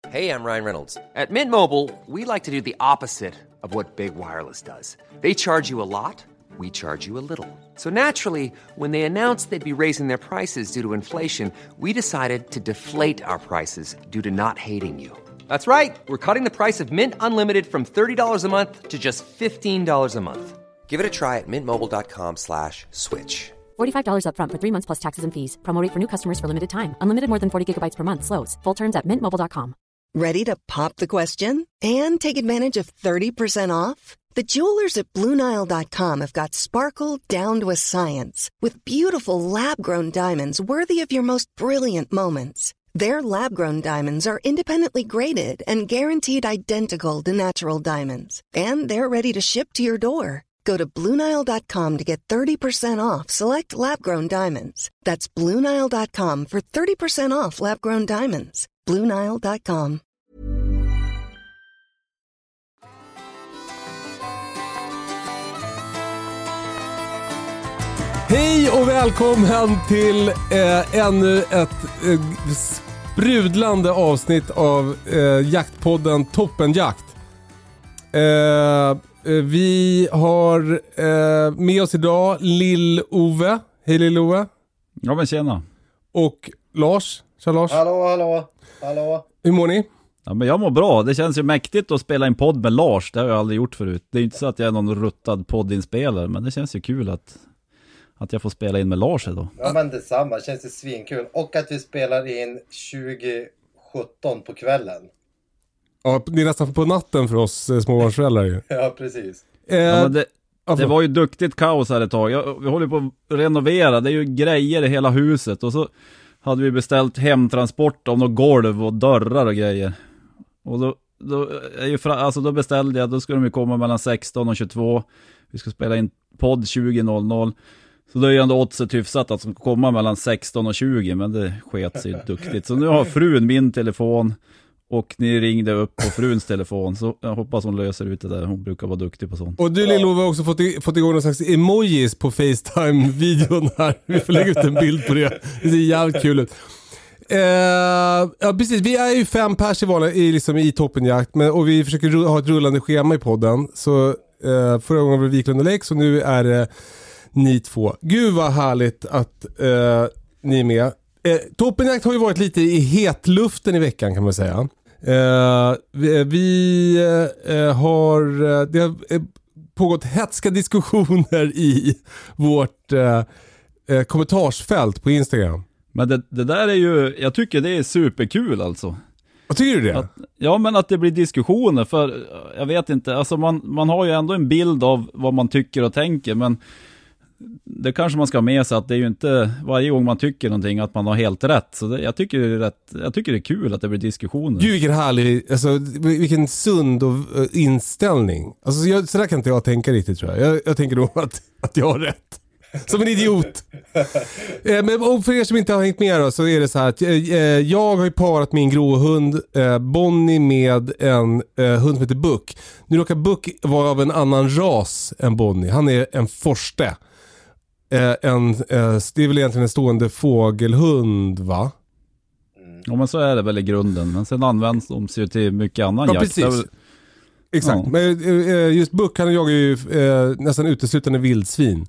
Hey, I'm Ryan Reynolds. At Mint Mobile, we like to do the opposite of what Big Wireless does. They charge you a lot, we charge you a little. So naturally, when they announced they'd be raising their prices due to inflation, we decided to deflate our prices due to not hating you. That's right. We're cutting the price of Mint Unlimited from $30 a month to just $15 a month. Give it a try at mintmobile.com/switch. $45 up front for 3 months plus taxes and fees. Promo rate for new customers for limited time. Unlimited more than 40 gigabytes per month. Slows full terms at mintmobile.com. Ready to pop the question and take advantage of 30% off? The jewelers at BlueNile.com have got sparkle down to a science with beautiful lab-grown diamonds worthy of your most brilliant moments. Their lab-grown diamonds are independently graded and guaranteed identical to natural diamonds. And they're ready to ship to your door. Go to BlueNile.com to get 30% off select lab-grown diamonds. That's BlueNile.com for 30% off lab-grown diamonds. BlueNile.com. Hej och välkommen till ännu ett sprudlande avsnitt av jaktpodden Toppenjakt. Vi har med oss idag Lill-Ove. Hej Lill-Ove. Ja men tjena. Och Lars. Tja Lars. Hallå. Hur mår ni? Ja men jag mår bra. Det känns ju mäktigt att spela en podd med Lars. Det har jag aldrig gjort förut. Det är inte så att jag är någon ruttad poddinspelare, men det känns ju kul att jag får spela in med Lars idag. Ja men detsamma, det känns ju svinkul. Och att vi spelar in 2017 på kvällen. Ja, det är nästan på natten för oss småbarnsföräldrar ju. Ja, precis. Ja, men det var ju duktigt kaos här ett tag. Vi håller på att renovera. Det är ju grejer i hela huset. Och så hade vi beställt hemtransport av något golv och dörrar och grejer. Och då beställde jag. Då skulle de ju komma mellan 16 och 22. Vi ska spela in podd 20.00. Så då är ju ändå oddset hyfsat att de ska komma mellan 16 och 20. Men det sket sig duktigt. Så nu har frun min telefon. Och ni ringde upp på fruns telefon. Så jag hoppas hon löser ut det där. Hon brukar vara duktig på sånt. Och du Lill-Ove har också fått igång någon slags emojis på FaceTime-videon här. Vi får lägga ut en bild på det. Det ser jävligt kul ut. Ja precis, vi är ju 5 pers i Toppenjakt. Och vi försöker ha ett rullande schema i podden. Så förra gången var det Wiklund och Lex. Och nu är det ni två. Gud vad härligt att ni är med. Toppenjakt har ju varit lite i hetluften i veckan kan man säga. Det har pågått hetska diskussioner i vårt kommentarsfält på Instagram. Men det där är ju, jag tycker det är superkul alltså. Vad tycker du det? Ja men att det blir diskussioner, för jag vet inte, alltså man har ju ändå en bild av vad man tycker och tänker, men det kanske man ska ha med sig att det är ju inte varje gång man tycker någonting att man har helt rätt. Så jag tycker det är kul att det blir diskussioner. Gud vilken härlig, alltså vilken sund och inställning. Alltså så där kan inte jag tänka riktigt tror jag. Jag tänker då att jag har rätt. Som en idiot. Men för er som inte har hängt med då, så är det så här att jag har ju parat min gråhund Bonnie med en hund som heter Buck. Nu råkar Buck vara av en annan ras än Bonnie. Han är en forste. Det är väl egentligen en stående fågelhund, va? Ja men så är det väl i grunden. Men sen används de sig till mycket annan jakt. Precis. Exakt, ja. Men just Buck han jagar ju nästan uteslutande vildsvin.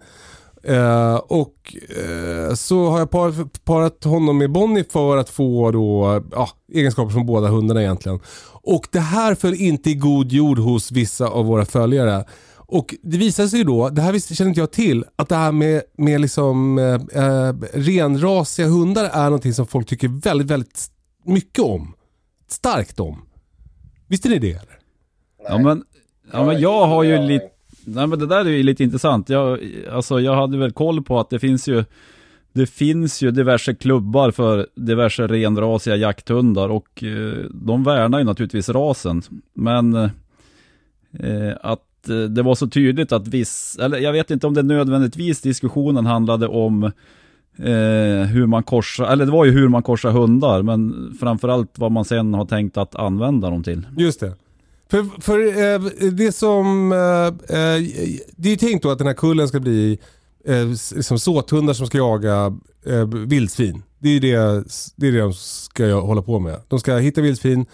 Så har jag parat honom med Bonnie för att få då, egenskaper från båda hundarna egentligen. Och det här föll inte i god jord hos vissa av våra följare. Och det visar sig då, det här känner inte jag till, att det här med liksom renrasiga hundar är någonting som folk tycker väldigt, väldigt mycket om. Starkt om. Visste ni det eller? Ja men jag har ju lite... Nej men det där är ju lite intressant. Jag hade väl koll på att det finns ju diverse klubbar för diverse renrasiga jakthundar och de värnar ju naturligtvis rasen. Men att det var så tydligt att eller jag vet inte om det nödvändigtvis diskussionen handlade om hur man korsar, eller det var ju hur man korsar hundar, men framförallt vad man sen har tänkt att använda dem till. Just det. För det som det är ju tänkt då att den här kullen ska bli liksom såthundar som ska jaga vildsvin. Det är det de ska hålla på med. De ska hitta vildsvin,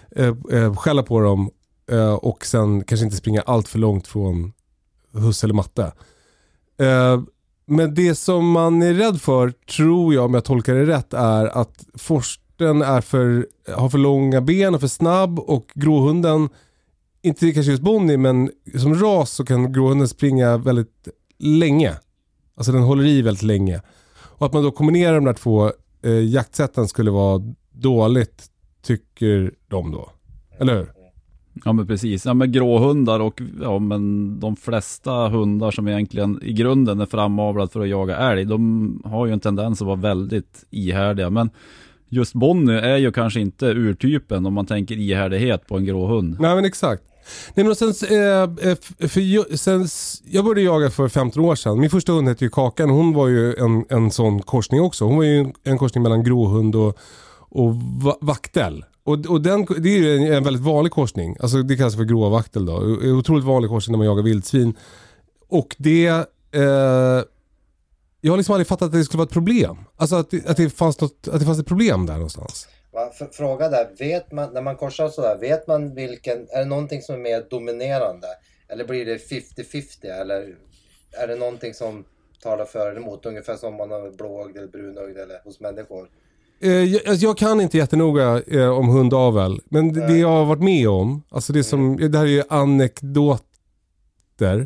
skälla på dem och sen kanske inte springa allt för långt från huss eller matte. Men det som man är rädd för, tror jag om jag tolkar det rätt, är att forsten har för långa ben och för snabb, och gråhunden, inte kanske just Bonnie, men som ras så kan gråhunden springa väldigt länge. Alltså den håller i väldigt länge. Och att man då kombinerar de där två jaktsätten skulle vara dåligt, tycker de då. Eller hur? Ja men precis, ja men gråhundar och men de flesta hundar som egentligen i grunden är framavlade för att jaga älg, de har ju en tendens att vara väldigt ihärdiga, men just Bonnie är ju kanske inte urtypen om man tänker ihärdighet på en gråhund. Nej men exakt. Nej, men sen jag började jaga för 15 år sedan. Min första hund hette ju Kakan. Hon var ju en sån korsning också. Hon var ju en korsning mellan gråhund och vaktel. Och det är ju en väldigt vanlig korsning. Alltså det kallas för gråvaktel då. En otroligt vanlig korsning när man jagar vildsvin. Och det... jag har liksom aldrig fattat att det skulle vara ett problem. Alltså att det fanns ett problem där någonstans. Fråga där, vet man, när man korsar sådär, vet man är det någonting som är mer dominerande? Eller blir det 50-50? Eller är det någonting som talar för eller emot? Ungefär som man har blåögd eller brunögd eller hos människor. Jag kan inte jättenoga om hundavel. Men det jag har varit med om, alltså det här är ju anekdoter.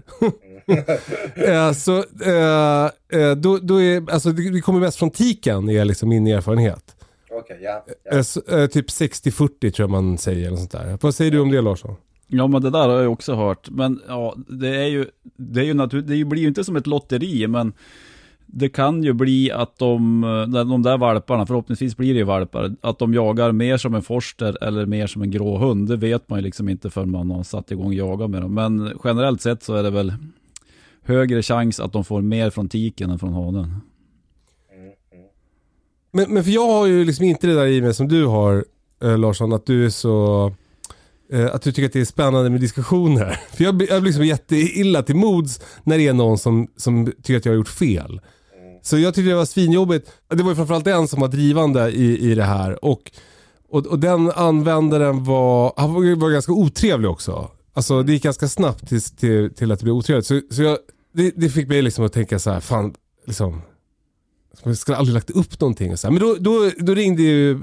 Så då är, alltså det kommer mest från tiken, är liksom min erfarenhet. Okej, ja. Typ 60-40 tror jag man säger eller sånt där. Vad säger du om det, Larsson? Ja men det där har jag också hört. Men ja, det blir ju inte som ett lotteri, men det kan ju bli att de där valparna, förhoppningsvis blir det ju valpar, att de jagar mer som en forster eller mer som en gråhund. Det vet man ju liksom inte förrän man har satt igång och jaga med dem. Men generellt sett så är det väl högre chans att de får mer från tiken än från hanen. Men för jag har ju liksom inte det där i mig som du har, Larsson, att du är så... att du tycker att det är spännande med diskussioner. För jag blir liksom jätteilla till mods när det är någon som tycker att jag har gjort fel. Så jag tyckte det var svinjobbigt. Det var ju framförallt den som var drivande i det här. Och den användaren var ganska otrevlig också. Alltså det gick ganska snabbt till att det blev otrevligt. Så det fick mig liksom att tänka så här, fan, liksom... Jag skulle aldrig lagt upp någonting och så här. Men då ringde ju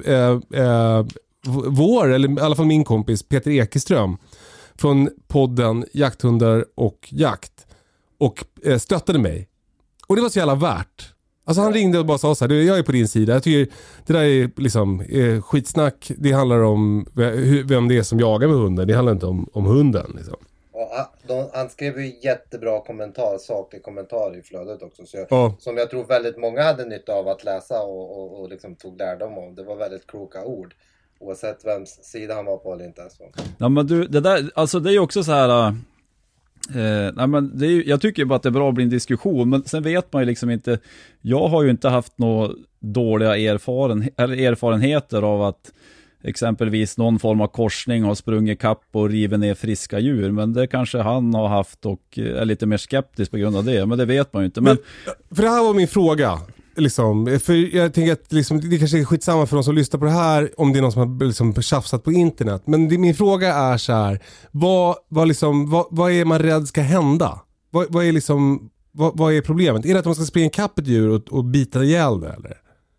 eller i alla fall min kompis Peter Ekeström från podden Jakthundar och jakt och stöttade mig. Och det var så jävla värt. Alltså han ringde och bara sa så här, jag är på din sida. Jag tycker det där är liksom skitsnack. Det handlar om vem det är som jagar med hunden. Det handlar inte om hunden liksom. Han skrev ju jättebra saklig kommentar i flödet också. Som jag tror väldigt många hade nytta av att läsa och liksom tog lärdom om. Det var väldigt kloka ord. Oavsett vems sida han var på eller inte. Så. Ja men du, det där, alltså det är ju också så här... nej men det är, jag tycker bara att det är bra att bli en diskussion, men sen vet man ju liksom inte, jag har ju inte haft några dåliga erfarenheter av att exempelvis någon form av korsning har sprungit kapp och rivit ner friska djur, men det kanske han har haft och är lite mer skeptisk på grund av det, men det vet man ju inte. Men för det här var min fråga liksom, för jag tänker att liksom, det kanske är skitsamma för de som lyssnar på det här om det är någon som har liksom tjafsat på internet, men min fråga är så här, vad är man rädd ska hända? Vad är liksom, vad är problemet? Är det att man ska springa kapp ett djur och bita ihjäl det eller?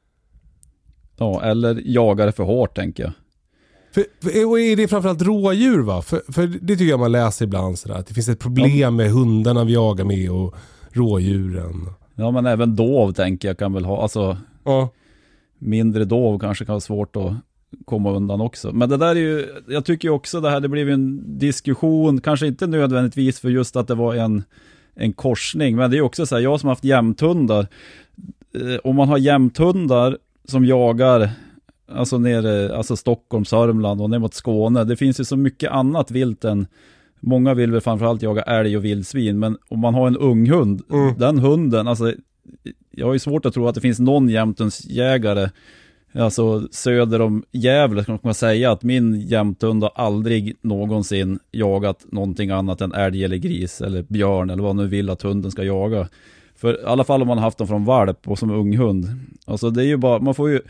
Ja, eller jaga det för hårt tänker jag. Och är det framförallt rådjur va? För det tycker jag man läser ibland sådär, att det finns ett problem med hundarna vi jagar med och rådjuren. Ja, men även dov tänker jag kan väl ha, alltså mindre dov kanske kan vara svårt att komma undan också. Men det där är ju, jag tycker ju också det här, det blev en diskussion, kanske inte nödvändigtvis för just att det var en korsning, men det är också så här, jag som har haft jämthundar, om man har jämthundar som jagar alltså nere, alltså Stockholm, Sörmland och ner mot Skåne, det finns ju så mycket annat vilt än, många vill väl framförallt jaga älg och vildsvin, men om man har en ung hund, den hunden, alltså jag har ju svårt att tro att det finns någon jämthundsjägare alltså söder om Gävle kan man säga att min jämthund har aldrig någonsin jagat någonting annat än älg eller gris eller björn eller vad nu vill att hunden ska jaga. För i alla fall om man har haft dem från valp och som ung hund. Alltså det är ju bara, man får ju,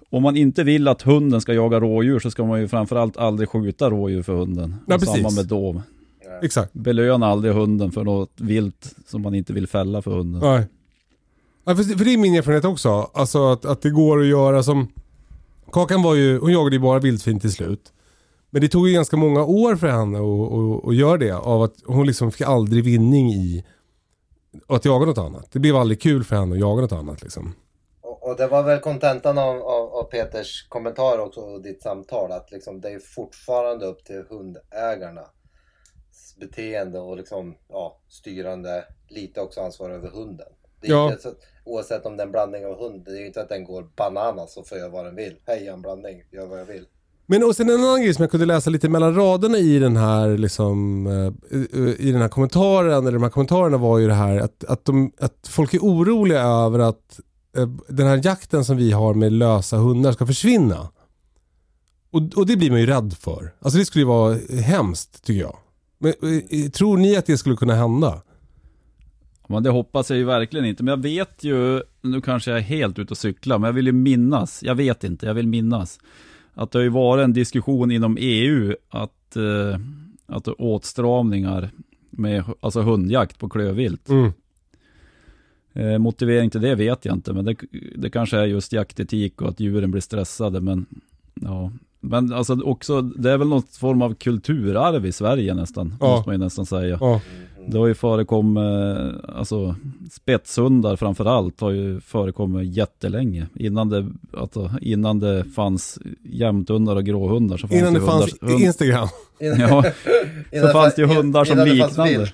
om man inte vill att hunden ska jaga rådjur så ska man ju framförallt aldrig skjuta rådjur för hunden. Ja, samma med dov. Exakt. Belöna aldrig hunden för något vilt som man inte vill fälla för hunden. Nej. Ja, för det är min erfarenhet också. Alltså att det går att göra som... Kakan hon jagade ju bara vildsvin till slut. Men det tog ju ganska många år för henne att göra det. Av att hon liksom fick aldrig vinning i att jaga något annat. Det blev aldrig kul för henne att jaga något annat liksom. Och det var väl kontentan av Peters kommentar också och ditt samtal. Att liksom det är fortfarande upp till hundägarna beteende och liksom, styrande lite också ansvar över hunden. Det är inte så, oavsett om det är en blandning av hund, det är ju inte att den går bananas och får göra vad den vill. Hej, en blandning, gör vad jag vill. Men och sen en annan grej som jag kunde läsa lite mellan raderna i den här liksom, i den här kommentaren, eller de här kommentarerna var ju det här att folk är oroliga över att den här jakten som vi har med lösa hundar ska försvinna. Och det blir man ju rädd för. Alltså det skulle ju vara hemskt tycker jag. Men tror ni att det skulle kunna hända? Men det hoppas jag ju verkligen inte. Men jag vet ju, nu kanske jag är helt ute och cykla, men jag vill ju minnas, jag vill minnas att det har ju varit en diskussion inom EU att åtstramningar med alltså hundjakt på klövvilt. Motivering till det vet jag inte, men det kanske är just jaktetik och att djuren blir stressade, men ja. Men alltså också, det är väl någon form av kulturarv i Sverige nästan, måste man ju nästan säga. Det har ju förekommit, alltså spetshundar framförallt har ju förekommit jättelänge. Innan det fanns jämthundar och gråhundar. Så fanns innan det fanns Instagram. Ja, så fanns det ju hundar som liknande.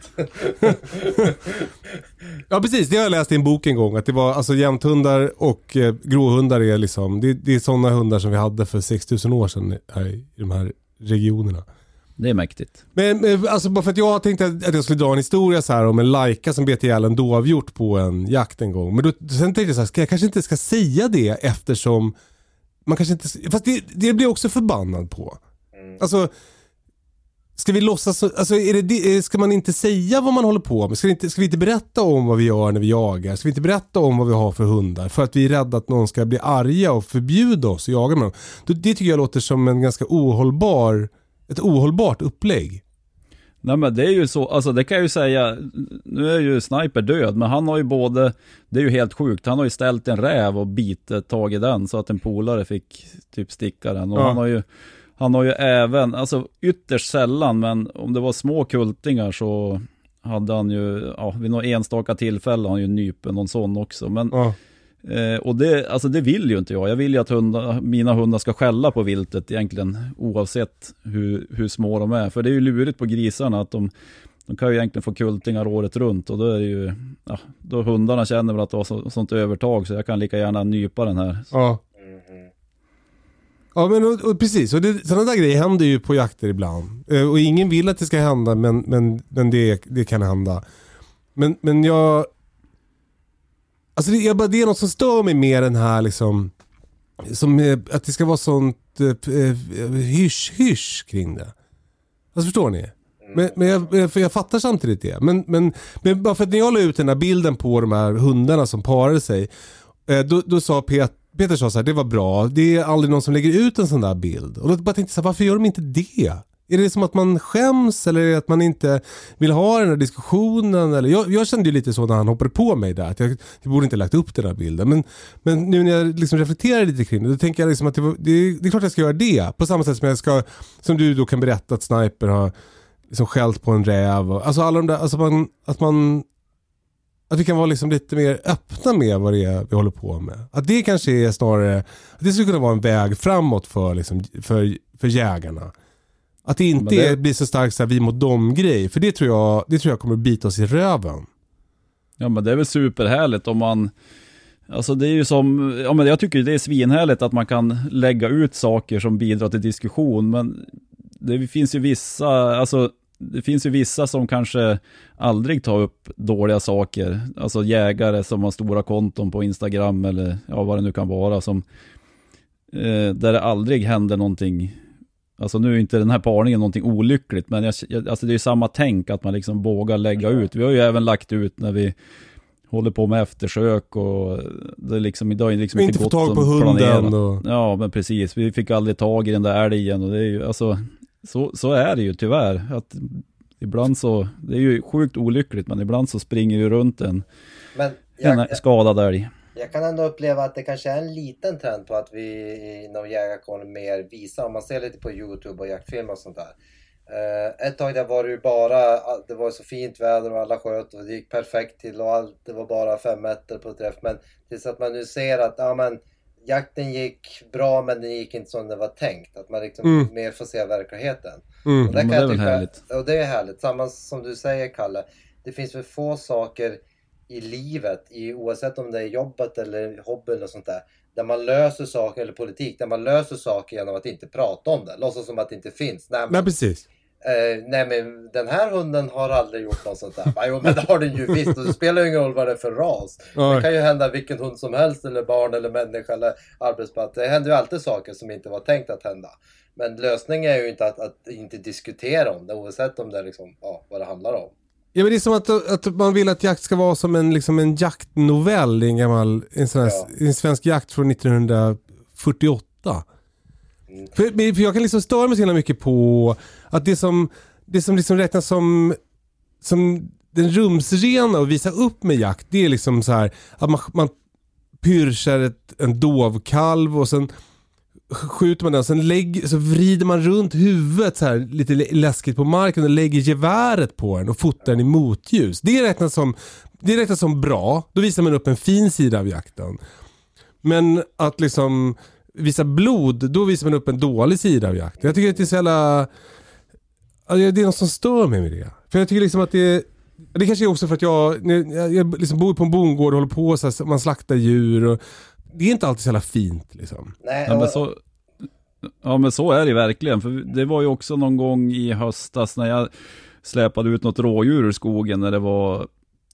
Ja precis, det har jag läst i en bok en gång. Att det var alltså jämthundar och gråhundar är liksom, det är sådana hundar som vi hade för 6000 år sedan här i de här regionerna. Det är mäktigt. Men alltså bara för att jag tänkte att jag skulle dra en historia så här om en lajka som bet ihjäl en dovhjort på en jakt en gång. Men sen tänkte jag så här, jag kanske inte ska säga det eftersom man kanske inte, fast det blir också förbannad på. Alltså ska vi låtsas, alltså ska man inte säga vad man håller på med? Ska vi inte berätta om vad vi gör när vi jagar? Ska vi inte berätta om vad vi har för hundar? För att vi är rädda att någon ska bli arga och förbjuda oss att jaga med dem. Det tycker jag låter som en ganska ett ohållbart upplägg. Nej men det är ju så, alltså det kan jag ju säga, nu är ju Sniper död, men han har ju det är ju helt sjukt, han har ju ställt en räv och bitit tag i den så att en polare fick typ sticka den. Och han har ju även, alltså ytterst sällan, men om det var små kultingar så hade han ju, vid några enstaka tillfällen har han ju nypen någon sån också, men och det vill ju inte jag. Jag vill ju att mina hundar ska skälla på viltet egentligen, oavsett hur små de är. För det är ju lurigt på grisarna att de kan ju egentligen få kultingar året runt. Och då är det ju, då hundarna känner väl att det har sånt övertag så jag kan lika gärna nypa den här. Ja. Ja men och precis, och sådana där grejer händer ju på jakter ibland. Och ingen vill att det ska hända, men det kan hända. Men jag... Alltså det är något som stör mig med den här liksom, som att det ska vara sånt hysch kring det. Alltså förstår ni? Men jag fattar samtidigt det. Men bara för att när jag la ut den här bilden på de här hundarna som parade sig, då sa Peter sa så här, det var bra. Det är aldrig någon som lägger ut en sån där bild. Och då bara tänkte jag så här, varför gör de inte det? Är det som att man skäms eller är det att man inte vill ha den här diskussionen? Eller jag kände ju lite så när han hoppade på mig där. Att jag borde inte lagt upp den här bilden. Men nu när jag liksom reflekterar lite kring det, då tänker jag liksom att det är klart jag ska göra det. På samma sätt som du då kan berätta att Sniper har liksom skällt på en räv. Alltså alla de där, alltså att vi kan vara liksom lite mer öppna med vad det är vi håller på med. Att det kanske är snarare, att det skulle kunna vara en väg framåt för jägarna. Att det inte blir så starkt så här, vi mot dem grej. För det tror jag kommer att bita oss i röven. Ja men det är väl superhärligt om man... Alltså det är ju som... Ja men jag tycker det är svinhärligt att man kan lägga ut saker som bidrar till diskussion. Men det finns ju vissa... Alltså det finns ju vissa som kanske aldrig tar upp dåliga saker. Alltså jägare som har stora konton på Instagram eller vad det nu kan vara. Som, där det aldrig händer någonting... Alltså nu är inte den här parningen någonting olyckligt, men alltså det är ju samma tänk att man liksom vågar lägga ut. Vi har ju även lagt ut när vi håller på med eftersök och det är liksom idag är liksom inte få tag på hunden och... Ja, men precis. Vi fick aldrig tag i den där älgen och det är ju alltså så är det ju tyvärr att ibland så det är ju sjukt olyckligt men ibland så springer ju runt en skadad älg. Jag kan ändå uppleva att det kanske är en liten trend på att vi inom jägarkåren mer visar, om man ser lite på YouTube och jaktfilmer och sånt där. Ett tag där var det ju bara, det var så fint väder och alla sköt och det gick perfekt till och allt, det var bara 5 meter på träff. Men tills att man nu ser att jakten gick bra men den gick inte som det var tänkt. Att man liksom mer får se verkligheten. Och det är väl härligt. Och det är härligt. Samma som du säger, Kalle. Det finns väl få saker i livet, oavsett om det är jobbet eller hobbyn och sånt där man löser saker, eller politik, där man löser saker genom att inte prata om det. Låtsas som att det inte finns. Nej, precis. Nej men den här hunden har aldrig gjort något sånt där. Jo men det har den ju visst, och det spelar ju ingen roll vad det är för ras. Det kan ju hända vilken hund som helst, eller barn eller människa eller arbetsplats. Det händer ju alltid saker som inte var tänkt att hända. Men lösningen är ju inte att inte diskutera om det, oavsett om det är liksom, vad det handlar om. Ja, men det är som att man vill att jakt ska vara som en jaktnovell i en svensk jakt från 1948. För jag kan liksom störa mig så himla mycket på att det som liksom räknas som den rumsrena och visa upp med jakt, det är liksom så här att man pyrschar en dovkalv och sen skjuter man den och sen så vrider man runt huvudet så här lite läskigt på marken och lägger geväret på den och fotar den i motljus. Det räknas som bra. Då visar man upp en fin sida av jakten. Men att liksom visa blod, då visar man upp en dålig sida av jakten. Jag tycker att det är så jävla... Det är något som stör mig med det. För jag tycker liksom att det kanske är också för att jag liksom bor på en bondgård och håller på så här, man slaktar djur och det är inte alltid så jävla fint liksom. Nej, men så är det verkligen. För det var ju också någon gång i höstas när jag släpade ut något rådjur ur skogen när det var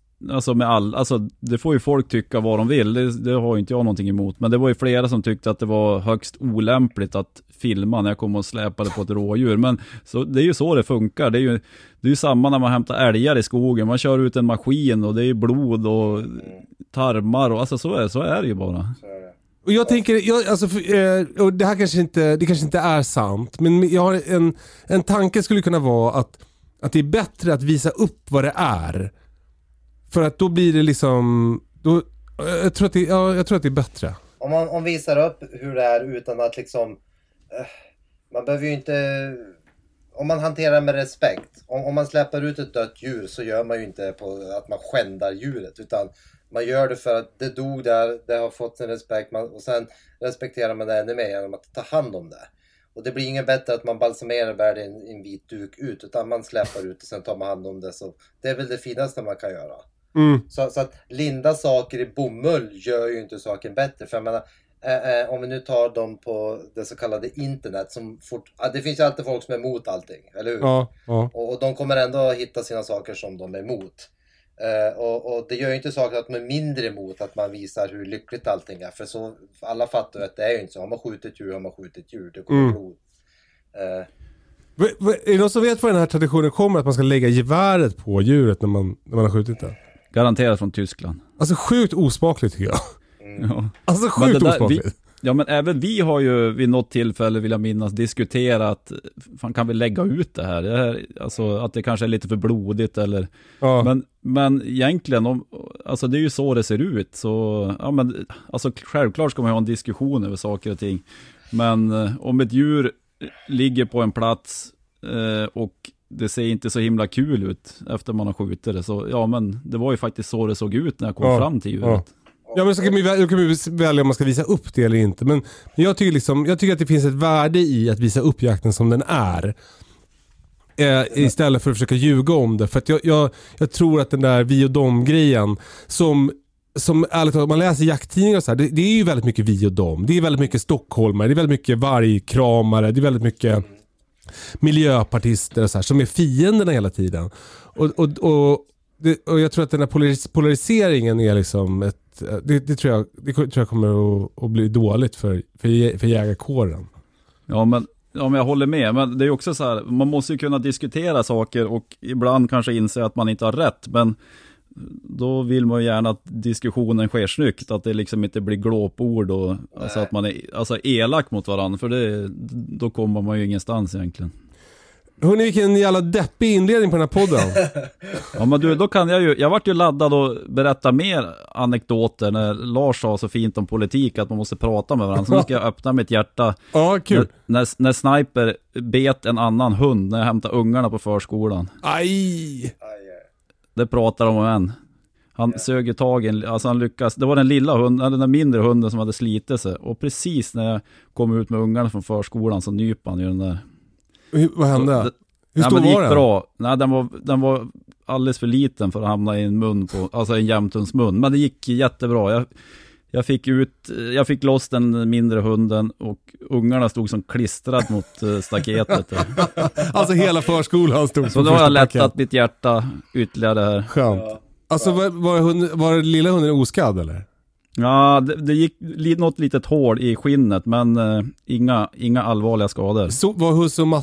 det får ju folk tycka vad de vill. Det har ju inte jag någonting emot. Men det var ju flera som tyckte att det var högst olämpligt att filma när jag kom och släpade på ett rådjur. Men så, det är ju så det funkar. Det är ju samma när man hämtar älgar i skogen. Man kör ut en maskin och det är blod och tarmar och alltså så är det ju bara. Och jag tänker, och det här kanske inte är sant, men jag har en tanke skulle kunna vara att det är bättre att visa upp vad det är. För att då blir det liksom... Jag tror att det är bättre. Om man visar upp hur det är utan att liksom... man behöver ju inte... Om man hanterar med respekt. Om man släpper ut ett dött djur så gör man ju inte på att man skändar djuret. Utan man gör det för att det dog där, det har fått sin respekt. Och sen respekterar man det ännu mer genom att ta hand om det. Och det blir ingen bättre att man balsamerar bär en vit duk ut. Utan man släpper ut och sen tar man hand om det. Så det är väl det finaste man kan göra. Så att linda saker i bomull gör ju inte saken bättre. För jag menar, om vi nu tar dem på det så kallade internet som det finns ju alltid folk som är emot allting, eller hur? Ja. Och de kommer ändå hitta sina saker som de är emot. Och det gör ju inte saker att man är mindre emot att man visar hur lyckligt allting är. För så alla fattar att det är ju inte så. Har man skjutit djur, det kommer blod. Är det någon som vet var den här traditionen kommer, att man ska lägga geväret på djuret när man har skjutit det? Garanterat från Tyskland. Alltså sjukt osmakligt tycker jag. Ja. Alltså sjukt osmakligt. Men även vi har ju vid något tillfälle, vill jag minnas, diskuterat fan, kan vi lägga ut det här? Alltså att det kanske är lite för blodigt eller... Ja. Men egentligen, alltså det är ju så det ser ut. Så, ja, men, alltså självklart ska man ha en diskussion över saker och ting. Men om ett djur ligger på en plats och det ser inte så himla kul ut efter man har skjutit det. Så ja, men det var ju faktiskt så det såg ut när jag kom fram till djuret. Ja, men så kan vi välja om man ska visa upp det eller inte. Men jag tycker att det finns ett värde i att visa upp jakten som den är. Istället för att försöka ljuga om det. För att jag tror att den där vi och dom-grejen som ärligt talat, man läser jakttidningar och så här, det är ju väldigt mycket vi och dom. Det är väldigt mycket stockholmare, det är väldigt mycket vargkramare, det är väldigt mycket miljöpartister och så här, som är fienderna hela tiden. Och jag tror att den här polariseringen är liksom det tror jag kommer att bli dåligt för jägarkåren. Ja, men om jag håller med, men det är också så här, man måste ju kunna diskutera saker och ibland kanske inse att man inte har rätt, men då vill man ju gärna att diskussionen sker snyggt, att det liksom inte blir glåpord och alltså att man är elak mot varandra, för då kommer man ju ingenstans egentligen. Hörrni, vilken jävla deppig inledning på den här podden. Ja, men du, då kan jag vart ju laddad och berätta mer anekdoter när Lars sa så fint om politik att man måste prata med varandra. Så nu ska jag öppna mitt hjärta. Ja, kul. När Sniper bet en annan hund när jag hämtade ungarna på förskolan. Aj! Det pratar de om än. Han sög ju tagen, alltså han lyckas. Det var den lilla hunden, den där mindre hunden som hade slitit sig. Och precis när jag kom ut med ungarna från förskolan så nyp han ju den där. Vad hände? Hur stor var den? Det gick den? bra. Nej, den var alldeles för liten för att hamna i en mun alltså en jämthunds mun. Men det gick jättebra. Jag fick loss den mindre hunden och ungarna stod som klistrat mot staketet. Alltså hela förskolan stod. Så då har jag lättat mitt hjärta ytterligare här. Skönt. Alltså var lilla hunden oskadd eller? Ja, det gick något litet hål i skinnet, men inga allvarliga skador. Så var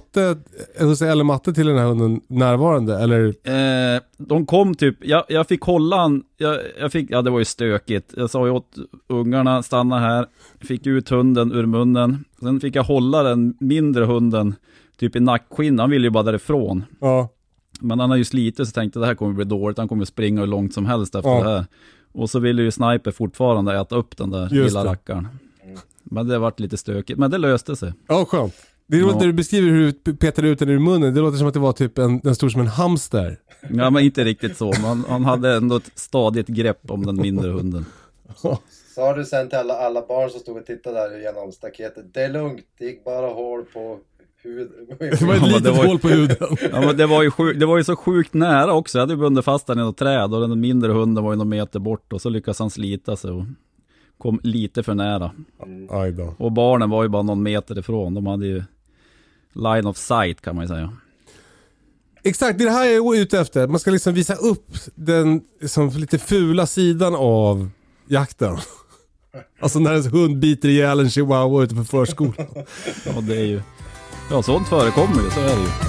Husse eller Matte till den här hunden närvarande eller? De kom typ, jag fick hålla han, det var ju stökigt. Jag sa ju åt ungarna stanna här, fick ut hunden ur munnen. Sen fick jag hålla den mindre hunden typ i nackskinn, han ville ju bara därifrån. Ja. Men han har ju slitit så tänkte det här kommer bli dåligt, han kommer springa hur långt som helst efter det här. Och så ville ju Sniper fortfarande äta upp den där lilla rackaren. Men det varit lite stökigt. Men det löste sig. Ja, skönt. Det är roligt när du beskriver hur du petade ut den ur munnen. Det låter som att det var typ den stor som en hamster. Ja, men inte riktigt så. Han hade ändå ett stadigt grepp om den mindre hunden. Sa du sen till alla barn som stod och tittade där genom staketet. Det är lugnt, det gick bara hål på huden. Det var ett litet hål på huden. Ja, men det var ju så sjukt nära också. Jag hade ju bundit fast den i något träd och den mindre hunden var ju någon meter bort och så lyckades han slita sig och kom lite för nära. Aj då. Och barnen var ju bara någon meter ifrån. De hade ju line of sight kan man ju säga. Exakt, det är det här jag är ute efter. Man ska liksom visa upp den som lite fula sidan av jakten. Alltså när ens hund biter ihjäl en chihuahua ute på förskolan. Ja, det är ju... Ja, sånt förekommer ju, så är det ju.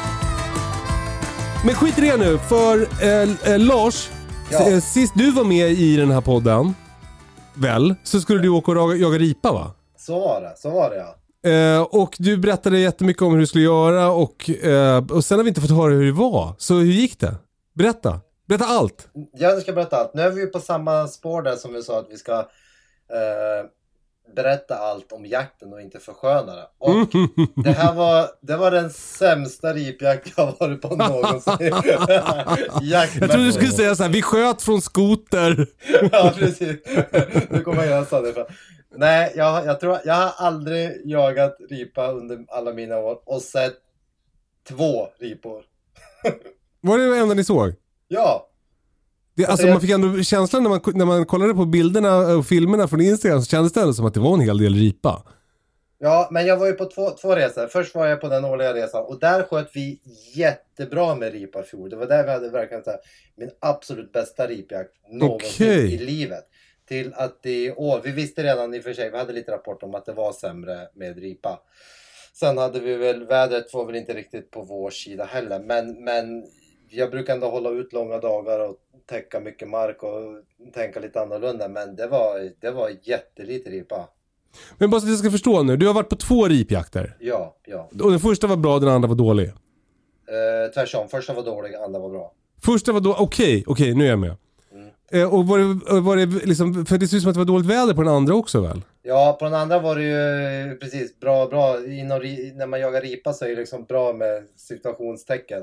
Men skit i det nu, för Lars, sist du var med i den här podden, väl, så skulle du åka och jaga ripa, va? Så var det ja. Och du berättade jättemycket om hur du skulle göra och sen har vi inte fått höra hur det var. Så hur gick det? Berätta allt. Jag ska berätta allt. Nu är vi på samma spår där som vi sa att vi ska berätta allt om jakten och inte försköna det. Och det var den sämsta ripjakt jag har varit på någonsin. Jag trodde du skulle säga så här: vi sköt från skoter. Ja, precis. Nu kommer jag göra det. Nej, jag tror jag har aldrig jagat ripa under alla mina år och sett 2 ripor. Var det enda ni såg? Ja. Alltså man fick ändå känslan när man kollade på bilderna och filmerna från Instagram, så kändes det som att det var en hel del ripa. Ja, men jag var ju på två resor. Först var jag på den årliga resan och där sköt vi jättebra med ripa fjol. Det var där vi hade verkligen så här, min absolut bästa ripjakt någonsin i livet. Till att i år, vi visste redan i och för sig, vi hade lite rapport om att det var sämre med ripa. Sen hade vi väl, vädret var väl inte riktigt på vår sida heller, men jag brukar ändå hålla ut långa dagar och täcka mycket mark och tänka lite annorlunda, men det var jättelite ripa. Men bara så att jag ska förstå nu, du har varit på 2 ripjakter. Ja. Och den första var bra, den andra var dålig. Tvärtom, första var dålig, andra var bra. Första var dålig, okej, nu är jag med. Och var det liksom, för det ser ut som att det var dåligt väder på den andra också väl? Ja, på den andra var det ju precis bra. När man jagar ripa så är det liksom bra med situationstecken.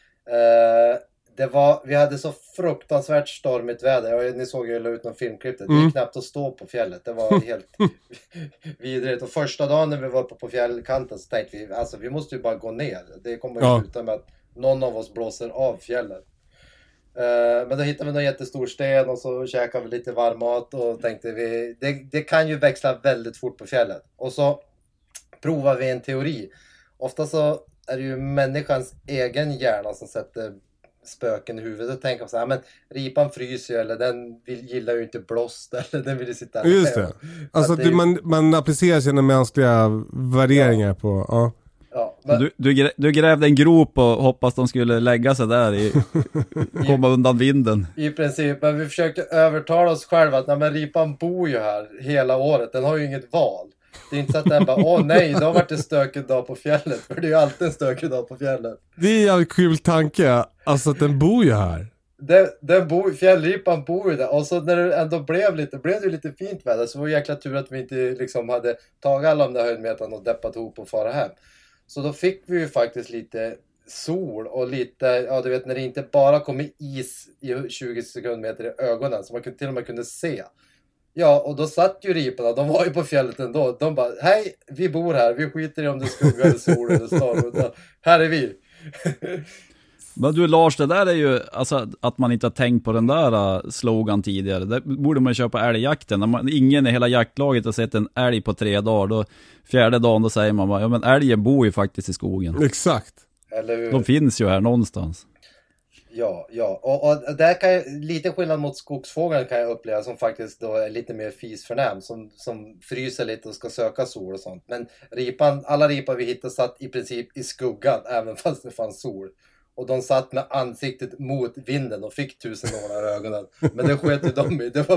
Vi hade så fruktansvärt stormigt väder. Ni såg ju ut någon filmklipp. Det gick knappt att stå på fjället. Det var helt vidrigt. Och första dagen när vi var på fjällkanten så tänkte vi, alltså vi måste ju bara gå ner. Det kommer ju sluta med att någon av oss blåser av fjället. Men då hittade vi någon jättestor sten och så käkade vi lite varm mat och tänkte vi, det kan ju växla väldigt fort på fjället. Och så provar vi en teori. Ofta så är det ju människans egen hjärna som sätter spöken i huvudet och tänker så här, men ripan fryser ju, eller den gillar ju inte blåst, eller den vill ju sitta. Just det. Alltså att man applicerar sina mänskliga värderingar på, Ja, men... du grävde en grop och hoppas de skulle lägga sig där komma undan vinden. I princip, men vi försökte övertala oss själva att men ripan bor ju här hela året, den har ju inget val. Det är inte så att den bara, nej, det har varit en stökig dag på fjället, för det är ju alltid en stökig dag på fjället. Det är en jävligt kul tanke, alltså att den bor ju här. Fjällripan bor ju där, och så när det ändå blev det lite fint väder, så var det jäkla tur att vi inte liksom hade tagit alla de där höjdmetrarna och deppat ihop och fara hem. Så då fick vi ju faktiskt lite sol och lite, ja du vet när det inte bara kommer is i 20 sekundmeter i ögonen så man till och med kunde se. Ja, och då satt ju riporna, de var ju på fjället ändå. De bara, hej, vi bor här, vi skiter i om det skuggar eller sol eller storm. Här är vi. Men du Lars, det där är ju, alltså att man inte har tänkt på den där slogan tidigare. Där borde man köpa älgjakten. Ingen i hela jaktlaget har sett en älg på 3 dagar. Då, 4:e dagen då säger man bara, ja men älgen bor ju faktiskt i skogen. Exakt. Eller hur? De finns ju här någonstans. Ja. Och där kan jag, lite skillnad mot skogsfågeln kan jag uppleva som faktiskt då är lite mer fisförnäm. Som fryser lite och ska söka sol och sånt. Men alla ripar vi hittade satt i princip i skuggan även fast det fanns sol. Och de satt med ansiktet mot vinden och fick 1000 nålar i ögonen. Men det sket ju de i. Det var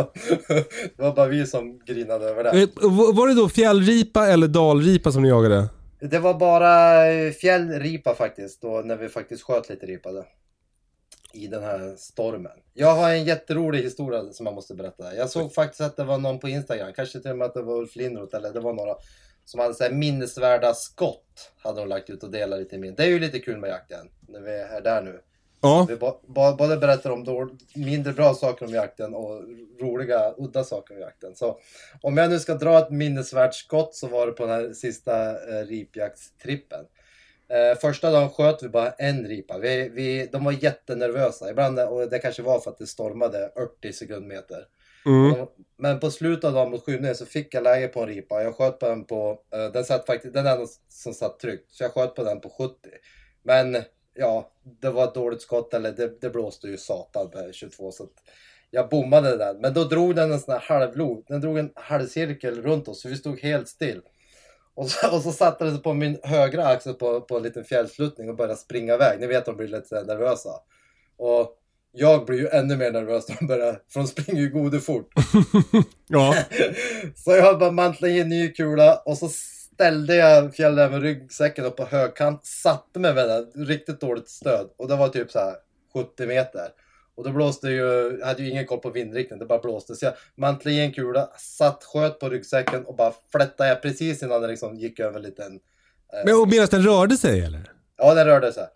bara vi som grinade över det. Var det då fjällripa eller dalripa som ni jagade? Det var bara fjällripa faktiskt. Då när vi faktiskt sköt lite ripade. I den här stormen. Jag har en jätterolig historia som jag måste berätta. Jag såg faktiskt att det var någon på Instagram. Kanske till och med att det var Ulf Lindroth. Eller det var några som hade så här minnesvärda skott. Hade de lagt ut och delat lite min. Det är ju lite kul med jakten. När vi är där nu. Ja. Vi både berättar om mindre bra saker om jakten. Och roliga, udda saker om jakten. Så om jag nu ska dra ett minnesvärt skott. Så var det på den här sista ripjaktstrippen. Första dagen sköt vi bara en ripa. De var jättenervösa. Ibland, och det kanske var för att det stormade 80 sekundmeter. Men på slutet av dagen mot skymningen så fick jag läge på en ripa. Jag sköt på den på, den satt faktiskt, den enda som satt tryckt. Så jag sköt på den på 70. Men ja, det var ett dåligt skott, eller det blåste ju satan på 22. Så att jag bommade den. Men då drog den en sån här halvlod. Den drog en halvcirkel runt oss, så vi stod helt still. Och så satte den sig på min högra axel på en liten fjällsluttning och började springa iväg. Ni vet, de blir lite nervösa. Och jag blir ju ännu mer nervös för de springer ju gode fort. Ja. Så jag bara mantlade in en ny kula och så ställde jag fjällräven ryggsäcken upp på högkant. Satte mig med den, riktigt dåligt stöd. Och det var typ så här 70 meter. Och då blåste jag hade ju ingen koll på vindriktningen, det bara blåste. Så jag mantlade i en kula, sköt på ryggsäcken och bara flättade jag precis innan den liksom gick över en liten... Men och medan den rörde sig eller? Ja, den rörde sig.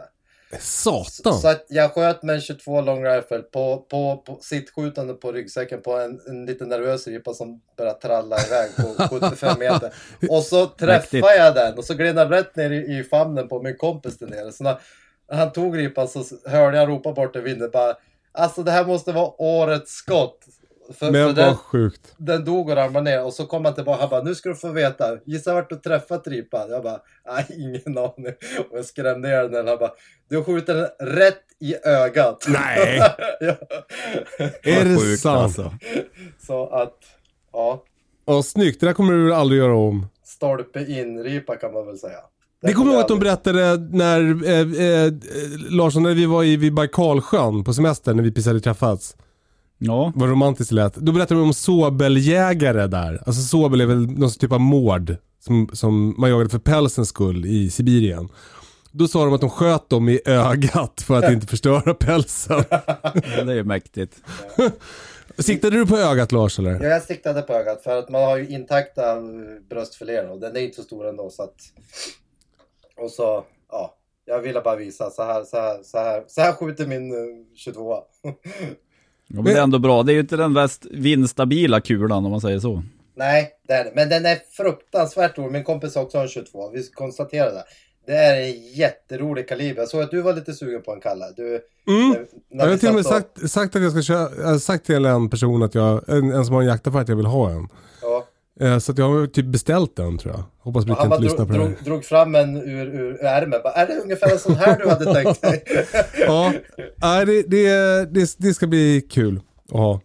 Satan! Så att jag sköt med en 22 long rifle på sittskjutande på ryggsäcken på en liten nervös ripa som började tralla iväg på 75 meter. Och så träffade jag den och så gled jag rätt ner i famnen på min kompis där nere. Så när han tog ripan så hörde jag ropa bort i vinden bara, alltså det här måste vara årets skott. Men vad sjukt. Den dog och ramlade ner och så kom han tillbaka. Han bara, nu ska du få veta. Gissa vart du träffat ripan. Jag bara, nej, ingen aning. Och jag skrämde ner den. Han bara, du skjuter den rätt i ögat. Nej. Ja. Är det sant? Alltså. Så att, ja. Och snyggt, det där kommer du aldrig göra om. Stolpe in ripa kan man väl säga. Det kommer ihåg att de berättade när Larsson, när vi var vid Baikalsjön på semester, när vi precis hade träffats. Ja. Vad romantiskt det lät. Då berättade de om sobeljägare där. Alltså sobel är väl någon typ av mård som man jagade för pälsens skull i Sibirien. Då sa de att de sköt dem i ögat för att inte förstöra pälsen. Ja, det är ju mäktigt. Siktade du på ögat, Lars, eller? Ja, jag siktade på ögat för att man har ju intakta bröstfiléer och den är inte så stor ändå, så att... Och så, ja, jag ville bara visa så här skjuter min 22. Ja, men det är ändå bra. Det är ju inte den mest vindstabila kulan om man säger så. Nej, det är det. Men den är fruktansvärt stor. Min kompis också har en 22. Vi konstaterade det. Det är en jätterolig kaliber. Jag såg att du var lite sugen på en Kalle. Jag har till och med sagt att jag ska köra. Jag har sagt till en person att en som har en jaktaffär att jag vill ha en. Ja. Så att jag har typ beställt den, tror jag. Hoppas vi kan inte lyssna på det här. Drog fram en ur ärmen. Är det ungefär en sån här du hade tänkt dig? Ja, det ska bli kul att ha.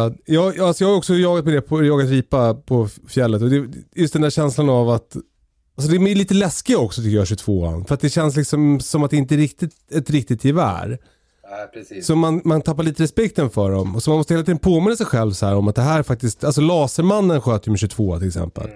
Jag har också jagat med det jagat ripa på fjället. Och just den där känslan av att Alltså det är lite läskigt också tycker jag 22an. För att det känns liksom som att det inte är ett riktigt gevär. Ja, precis. Så man tappar lite respekten för dem. Och så man måste hela tiden påminna sig själv så här om att det här faktiskt... Alltså Lasermannen sköt ju med 22 till exempel.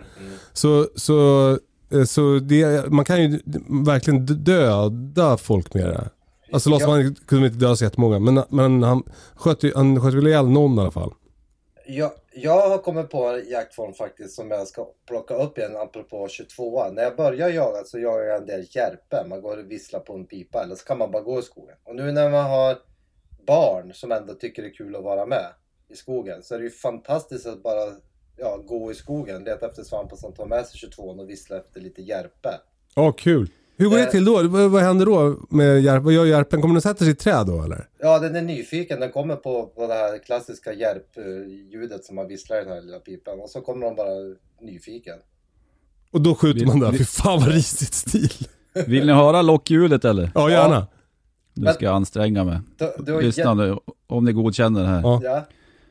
Så det, man kan ju verkligen döda folk med det. Alltså Lasermannen kunde inte döda så jättemånga. Men han sköt väl ihjäl någon i alla fall. Jag har kommit på en jaktform faktiskt som jag ska plocka upp igen apropå 22. När jag börjar jaga så jagar jag en del järpe. Man går och visslar på en pipa eller så kan man bara gå i skogen. Och nu när man har barn som ändå tycker det är kul att vara med i skogen så är det ju fantastiskt att bara gå i skogen, leta efter svampar som tar med sig 22 och vissla efter lite järpe. Ja, kul. Hur går det till då? Vad händer då med järpen? Vad gör järpen? Kommer den sätta sig i träd då eller? Ja, den är nyfiken. Den kommer på det här klassiska järpljudet som man visslar i den här lilla pipan. Och så kommer de bara nyfiken. Och då skjuter man där. Fy fan vad risigt stil. Vill ni höra lockljudet eller? Ja, gärna. Nu ska jag anstränga mig. Lyssna nu om ni godkänner det här. Ja.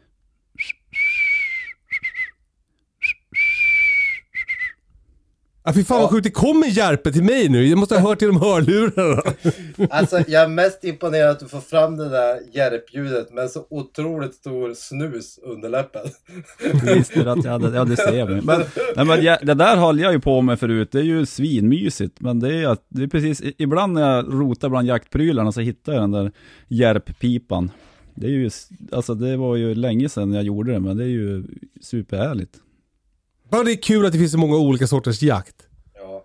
Fy fan vad sjukt, det kommer järpe till mig nu. Jag måste ha hört till de hörlurarna. Alltså jag är mest imponerad att du får fram det där järpljudet med så otroligt stor snus under läppen. Visste att jag hade, ja det ser vi. Men det där höll jag ju på med förut. Det är ju svinmysigt. Men det är precis, ibland när jag rotar bland jaktprylarna så hittar jag den där järppipan. Det är ju, alltså det var ju länge sedan jag gjorde det, men det är ju superhärligt. Ja, det är kul att det finns så många olika sorters jakt. Ja.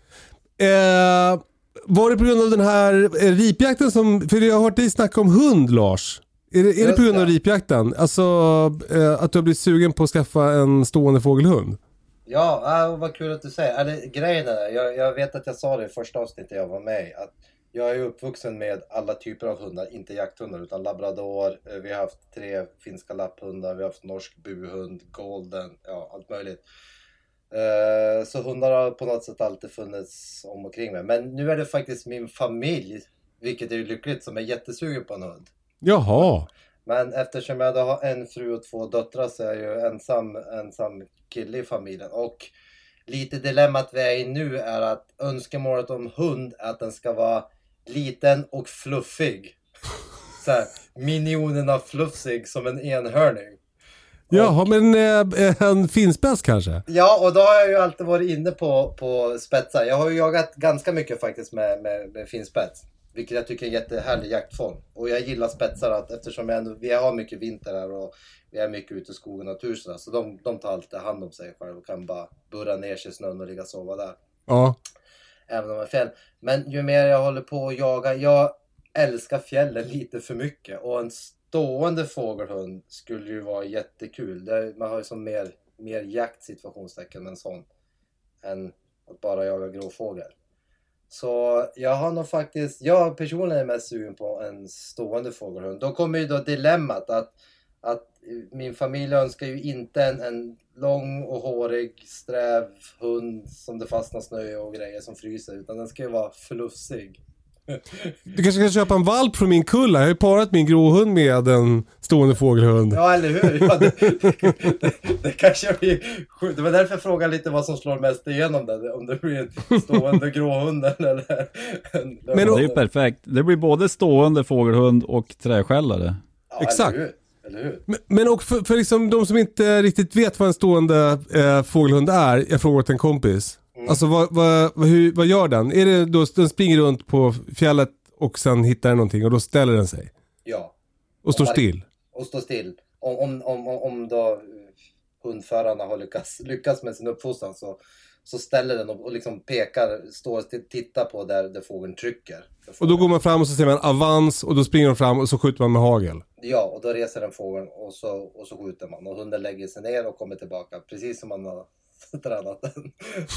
Var det på grund av den här ripjakten som... För jag har hört dig snacka om hund, Lars. Är det på grund av ripjakten? Alltså att du har blivit sugen på att skaffa en stående fågelhund? Ja, vad kul att du säger. Grejen är jag vet att jag sa det i första avsnittet jag var med i, att jag är uppvuxen med alla typer av hundar, inte jakthundar utan labrador, vi har haft 3 finska lapphundar, vi har haft norsk buhund, golden, ja allt möjligt. Så hundar har på något sätt alltid funnits om och kring mig. Men nu är det faktiskt min familj, vilket är ju lyckligt, som är jättesugen på en hund. Jaha. Men eftersom jag då har en fru och 2 döttrar så är jag ju ensam kille i familjen. Och lite dilemmat vi är i nu är att önskemålet om hund är att den ska vara liten och fluffig. Så här, miljonerna fluffig som en enhörning. Jaha, men en finspets kanske? Ja, och då har jag ju alltid varit inne på spetsar. Jag har ju jagat ganska mycket faktiskt med finspets. Vilket jag tycker är en jättehärlig jaktform. Och jag gillar spetsar att, eftersom vi har mycket vinter här och vi är mycket ute i skogen och natur så de tar alltid hand om sig själv och kan bara burra ner sig i snön och ligga och sova där. Ja. Även om det är fjäll. Men ju mer jag håller på att jaga, jag älskar fjällen lite för mycket. Och en stående fågelhund skulle ju vara jättekul. Man har ju som mer jaktsituationstecken än sån. Än att bara jaga gråfågel. Så jag har nog faktiskt, jag personligen är mest sugen på en stående fågelhund. Då kommer ju då dilemmat att min familj önskar ju inte en lång och hårig sträv hund som det fastnar snö och grejer som fryser, utan den ska ju vara fluffig. Du kanske kan köpa en valp från min kulla. Jag har ju parat min gråhund med en stående fågelhund. Ja, eller hur? Ja, det kanske blir sjukt. Det var därför jag frågade lite vad som slår mest igenom det. Om det blir en stående gråhund eller men det är ju perfekt. Det blir både stående fågelhund och träskällare. Ja, exakt. Eller hur? Men och för liksom de som inte riktigt vet vad en stående fågelhund är, jag frågar åt en kompis. Alltså vad gör den? Är det då den springer runt på fjället och sen hittar den någonting och då ställer den sig? Ja. Och står still? Och står still. Om då hundförarna har lyckats med sin uppfostran så ställer den och liksom pekar, står och tittar på där fågeln trycker. Och då går man fram och så ser man avans och då springer de fram och så skjuter man med hagel. Ja, och då reser den fågeln och så skjuter man. Och hunden lägger sig ner och kommer tillbaka precis som man har tränat den.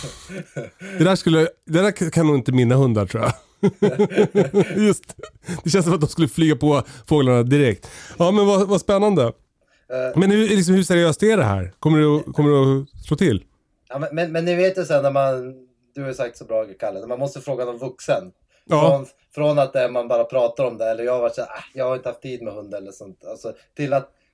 Det där kan nog inte mina hundar, tror jag. Just. Det känns som att de skulle flyga på fåglarna direkt. Ja, men vad spännande. Men hur seriöst är det här? Kommer du att slå till? Ja, men ni vet ju sen när du har sagt så bra, Kalle, när man måste fråga någon vuxen. Ja. Från att man bara pratar om det, eller jag har varit så här, jag har inte haft tid med hund eller sånt. Alltså, till att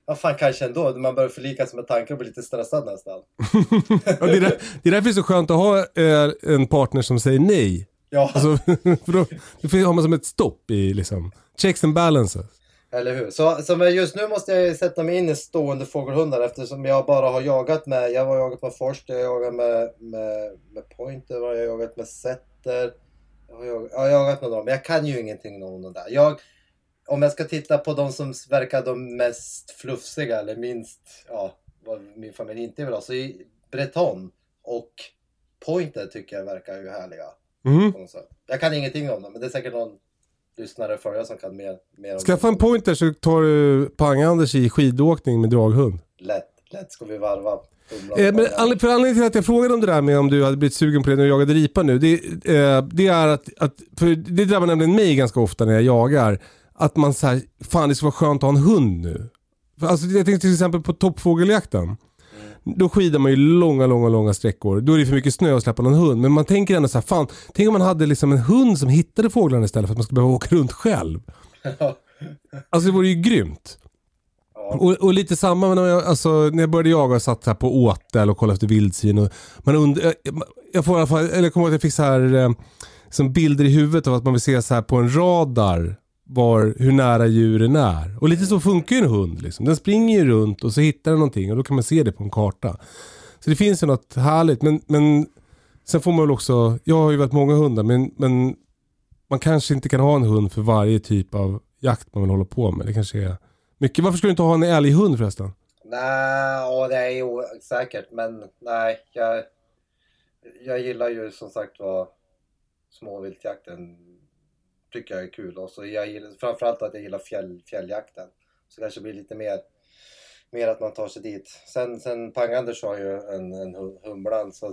Ja, fan kanske ändå. Man börjar förlika sig med tankar och blir lite stressad nästan. Ja, det är därför det är så skönt att ha en partner som säger nej. Ja. Alltså, för då har man som ett stopp i liksom checks and balances. Eller hur? Så just nu måste jag sätta mig in i stående fågelhundar eftersom jag bara har jagat med... Jag har jagat med Forster, jag har jagat med Pointer, jag har jagat med Setter. Jag har jagat med dem, men jag kan ju ingenting om de där. Om jag ska titta på de som verkar de mest flufsiga eller minst, ja, vad min familj inte vill ha, så är Breton och Pointer tycker jag verkar ju härliga. Jag kan ingenting om dem, men det är säkert någon lyssnare för jag som kan mer om skaffa en Pointer så tar du Pang-Anders i skidåkning med draghund. Lätt ska vi varva. Men för anledningen till att jag frågade om det där med om du hade blivit sugen på det när du jagade ripa nu, det är att för det drabbar nämligen mig ganska ofta när jag jagar, att man säger fan det ska vara skönt att ha en hund nu. För alltså, jag tänkte till exempel på toppfågeljakten. Då skidar man ju långa sträckor. Då är det för mycket snö att släppa någon hund. Men man tänker ändå så här, fan, tänk om man hade liksom en hund som hittade fåglarna istället för att man skulle behöva åka runt själv. Alltså det vore ju grymt. Och lite samma när jag började jaga och satt här på åtel och kollade efter vildsvin. Och jag får i alla fall, eller jag kommer ihåg att jag fick så här som bilder i huvudet av att man vill se så här på en radar hur nära djuren är. Och lite så funkar ju en hund liksom. Den springer ju runt och så hittar den någonting och då kan man se det på en karta. Så det finns ju något härligt. Men sen får man väl också, jag har ju väldigt många hundar, men man kanske inte kan ha en hund för varje typ av jakt man vill hålla på med. Det kanske är mycket. Varför skulle du inte ha en älghund förresten? Nej, det är ju säkert, men nej, jag gillar ju som sagt vad småviltjakten tycker jag är kul. Och så jag gillar framförallt att jag gillar fjälljakten. Så kanske blir lite mer att man tar sig dit. Sen Pang-Anders har ju en humlan så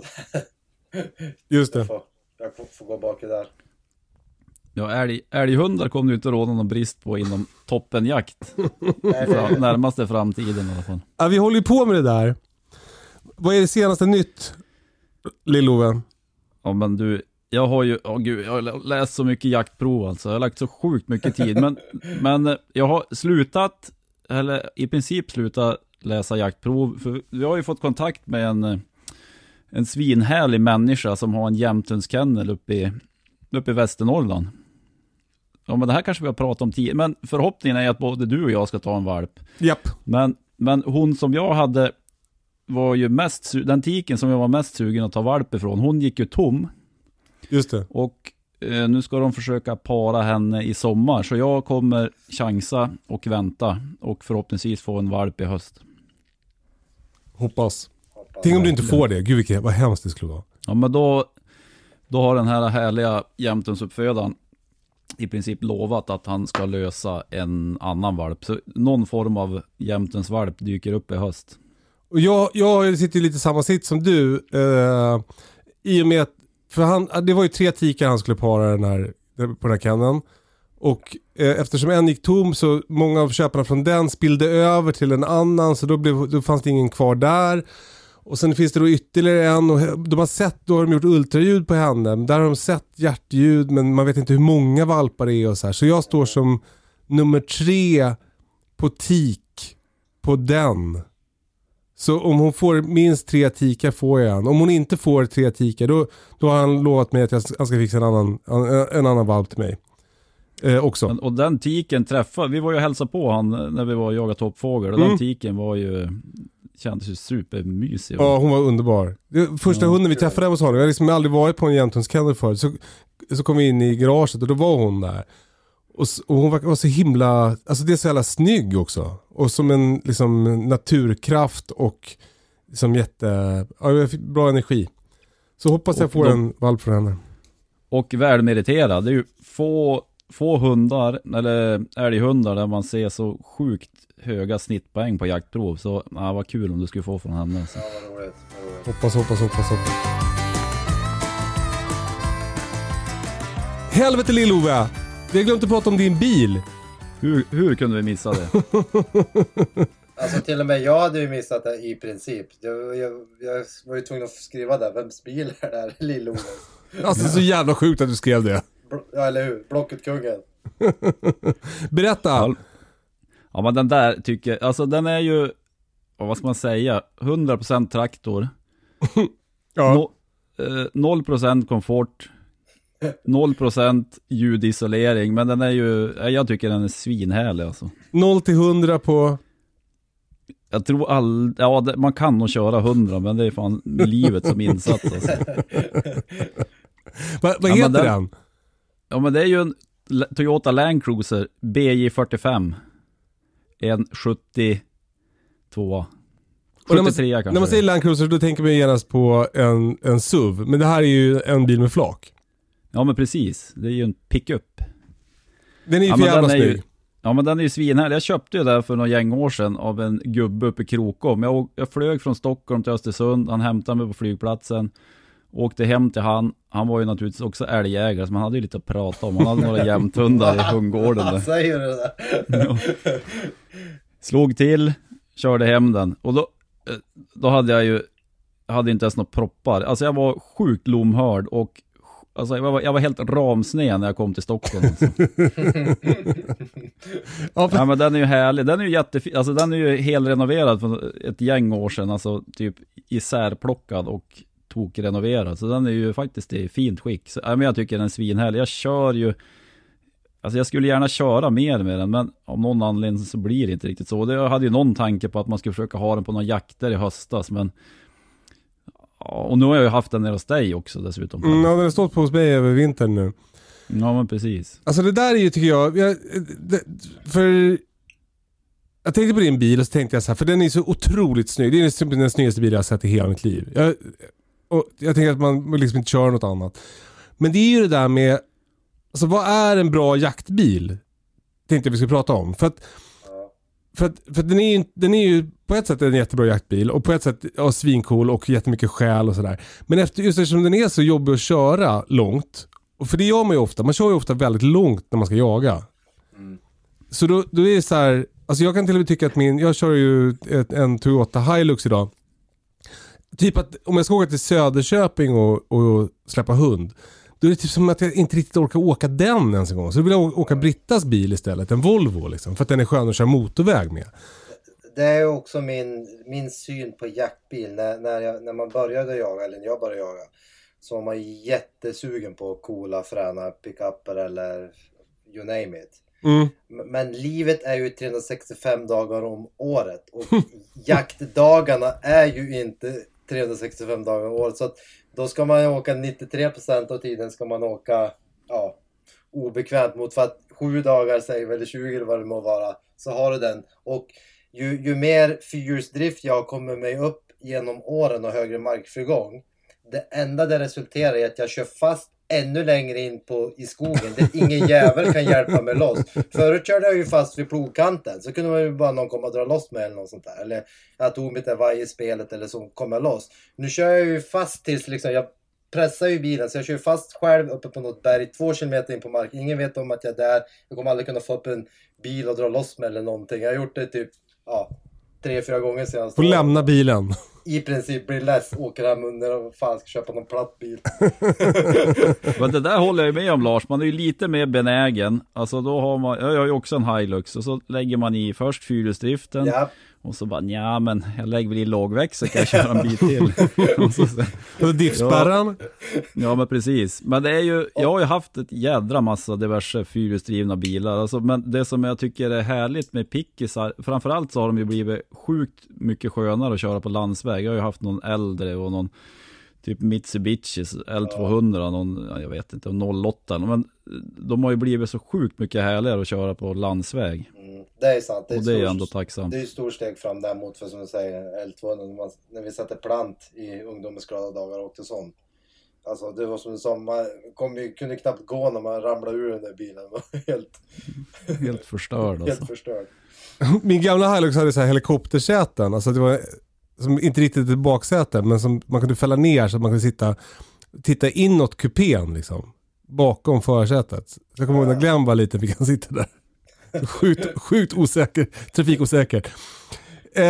just det. Jag får gå bak i där. Ja, älghundar kommer du inte råda någon brist på inom toppenjakt. Närmaste framtiden i alla fall. Ja, vi håller ju på med det där. Vad är det senaste nytt, Lill-Ove? Ja, men du, jag har ju, jag har läst så mycket jaktprov alltså. Jag har lagt så sjukt mycket tid. Men jag har slutat, eller i princip slutat läsa jaktprov. För vi har ju fått kontakt med en svinhärlig människa som har en jämthundskennel uppe i Västernorrland. Ja, men det här kanske vi har pratat om tidigare. Men förhoppningen är att både du och jag ska ta en valp. Japp. Men hon som jag hade var ju den tiken som jag var mest sugen att ta valp ifrån. Hon gick ju tom. Just det. Och nu ska de försöka para henne i sommar. Så jag kommer chansa och vänta. Och förhoppningsvis få en valp i höst. Hoppas. Tänk om du inte får det. Gud vad hemskt det skulle vara. Ja, men då har den här härliga jämthundsuppfödaren i princip lovat att han ska lösa en annan valp. Så någon form av jämthundsvalp dyker upp i höst. Och jag sitter lite i samma sitt som du. I och med att det var ju 3 tikar han skulle para på den här kannen. Och eftersom en gick tom så många av köparna från den spillde över till en annan. Så då fanns det ingen kvar där. Och sen finns det då ytterligare en och då har de gjort ultraljud på henne. Där har de sett hjärtljud men man vet inte hur många valpar det är och så här. Så jag står som nummer 3 på tik på den. Så om hon får minst 3 tikar får jag en. Om hon inte får 3 tikar då har han lovat mig att han ska fixa en annan valp till mig. Också. Och den tiken träffade, vi var ju och hälsade på han när vi var och jagade toppfågel. Och den tiken kändes ju supermysig. Ja, hon var underbar. Första hunden vi träffade hos honom, jag har liksom aldrig varit på en jämthundskennel förut. Så kom vi in i garaget och då var hon där. Och hon var så himla, alltså det är så jävla snygg också. Och som en liksom naturkraft och som bra energi. Så hoppas jag får en valp från henne. Och välmeriterad. Det är ju få hundar, eller älghundar där man ser så sjukt höga snittpoäng på jaktprov. Så vad kul om du skulle få från henne. Så. Ja, vad roligt. Hoppas. Helvete Lill-Ove! Vi har glömt att prata om din bil. Hur kunde vi missa det? Alltså till och med jag hade ju missat det i princip. Jag var ju tvungen att skriva där. Vems bil är det där? Lill-Ove. Alltså det är så jävla sjukt att du skrev det. Ja, eller hur? Blocketkungen. Berätta. Ja, men den där tycker, alltså den är ju, vad ska man säga, 100% traktor. Ja. 0% komfort. 0% ljudisolering, men den är ju, jag tycker den är svinhärlig alltså. 0-100 på... Jag tror man kan nog köra 100, men det är fan livet som insats alltså. Vad heter den? Ja, men det är ju en Toyota Land Cruiser BJ45. En 72. 73 kanske. När man säger Land Cruiser då tänker man genast på en SUV. Men det här är ju en bil med flak. Ja, men precis. Det är ju en pickup. Den är ju för jävla snygg. Ja, men den är ju svinhärlig. Jag köpte ju det för några gäng år sedan av en gubbe uppe i Krokom. Jag flög från Stockholm till Östersund. Han hämtade mig på flygplatsen. Åkte hem till han. Han var ju naturligtvis också älgjägare, så man hade ju lite att prata om. Han hade några jämthundar i hundgården där. Säger du det? Ja. Slog till, körde hem den. Och då hade jag hade inte ens några proppar. Alltså jag var sjukt lomhörd och alltså jag var helt ramsned när jag kom till Stockholm. Alltså. Ja, men den är ju härlig. Den är ju jättefin. Alltså den är ju helrenoverad för ett gäng år sedan. Alltså typ isärplockad och tokrenoverad. Så den är ju faktiskt i fint skick. Så, men jag tycker den är svinhärlig. Jag kör ju... Alltså jag skulle gärna köra mer med den, men av någon anledning så blir det inte riktigt så. Jag hade ju någon tanke på att man skulle försöka ha den på någon jakter i höstas, men... Och nu har jag ju haft den nere hos dig också dessutom. Ja, den har stått på hos mig över vintern nu. Ja, men precis. Alltså det där är ju, tycker jag tänkte på din bil och så tänkte jag så här, för den är så otroligt snygg. Det är den snyggaste bil jag har sett i hela mitt liv. Jag tänker att man liksom inte kör något annat. Men det är ju det där med, alltså vad är en bra jaktbil? Tänkte jag vi skulle prata om. För att den är ju på ett sätt en jättebra jaktbil och på ett sätt svincool och jättemycket själ och sådär. Men just eftersom den är så jobbig att köra långt, och för det gör man ju ofta, man kör ju ofta väldigt långt när man ska jaga. Så då är det så här, alltså jag kan till och med tycka att jag kör ju en Toyota Hilux idag. Typ att om jag ska åka till Söderköping och släppa hund, då är det typ som att jag inte riktigt orkar åka den ens en gång. Så då vill jag åka Brittas bil istället, en Volvo liksom, för att den är skön att köra motorväg med. Det är också min syn på jaktbil. När man började jaga, eller när jag började jaga, så var man jättesugen på coola, fräna pickuper eller you name it. Men livet är ju 365 dagar om året och jaktdagarna är ju inte 365 dagar om året, så att då ska man åka 93% av tiden ska man åka obekvämt mot, för att 7 dagar säger väl 20 eller vad det må vara, så har du den. Och ju mer fyrhjulsdrift jag kommer mig upp genom åren och högre markfrigång, det enda det resulterar i att jag kör fast ännu längre in i skogen där ingen jävel kan hjälpa mig loss. Förut körde jag ju fast vid plogkanten, så kunde man ju bara någon komma och dra loss med eller något sånt där. Eller jag tog mitt varje spelet eller så kom jag loss. Nu kör jag ju fast tills liksom, jag pressar ju bilen, så jag kör fast själv uppe på något berg 2 kilometer in på marken. Ingen vet om att jag är där. Jag kommer aldrig kunna få upp en bil och dra loss med eller någonting. Jag har gjort det typ 3-4 gånger sedan. Och lämna bilen. I princip blir less, åker hem under och fan ska köpa någon platt bil. Men det där håller jag med om, Lars. Man är ju lite mer benägen. Alltså då har man, jag har ju också en Hilux, och så lägger man i först fyrhjulsdriften. Ja. Och så bara, men jag lägger väl i lågväxel, kan jag köra en bit till. Och diffspärran. Ja, men precis. Men det är ju, jag har ju haft ett jädra massa diverse fyrhjulsdrivna bilar. Alltså, men det som jag tycker är härligt med pickisar, framförallt så har de ju blivit sjukt mycket skönare att köra på landsväg. Jag har ju haft någon äldre och någon typ Mitsubishi L200, någon, jag vet inte, 08. Men de har ju blivit så sjukt mycket härligare att köra på landsväg. Det är sant. Det är ändå tacksamt. Det är ett stort steg fram däremot, för som du säger, L200, när vi satte plant i ungdomens glada dagar och åkte sånt. Alltså det var som du sa, man kunde knappt gå när man ramlade ur den där bilen. Det var helt förstörd. Helt förstörd. Min gamla Hilux hade så här helikoptersäten, alltså det var som inte riktigt ett baksäte, men som man kunde fälla ner så att man kunde titta inåt kupén liksom, bakom förarsätet. Så jag kommer ihåg när Glenn var liten, vi kan sitta där. Sjukt osäker, trafikosäker.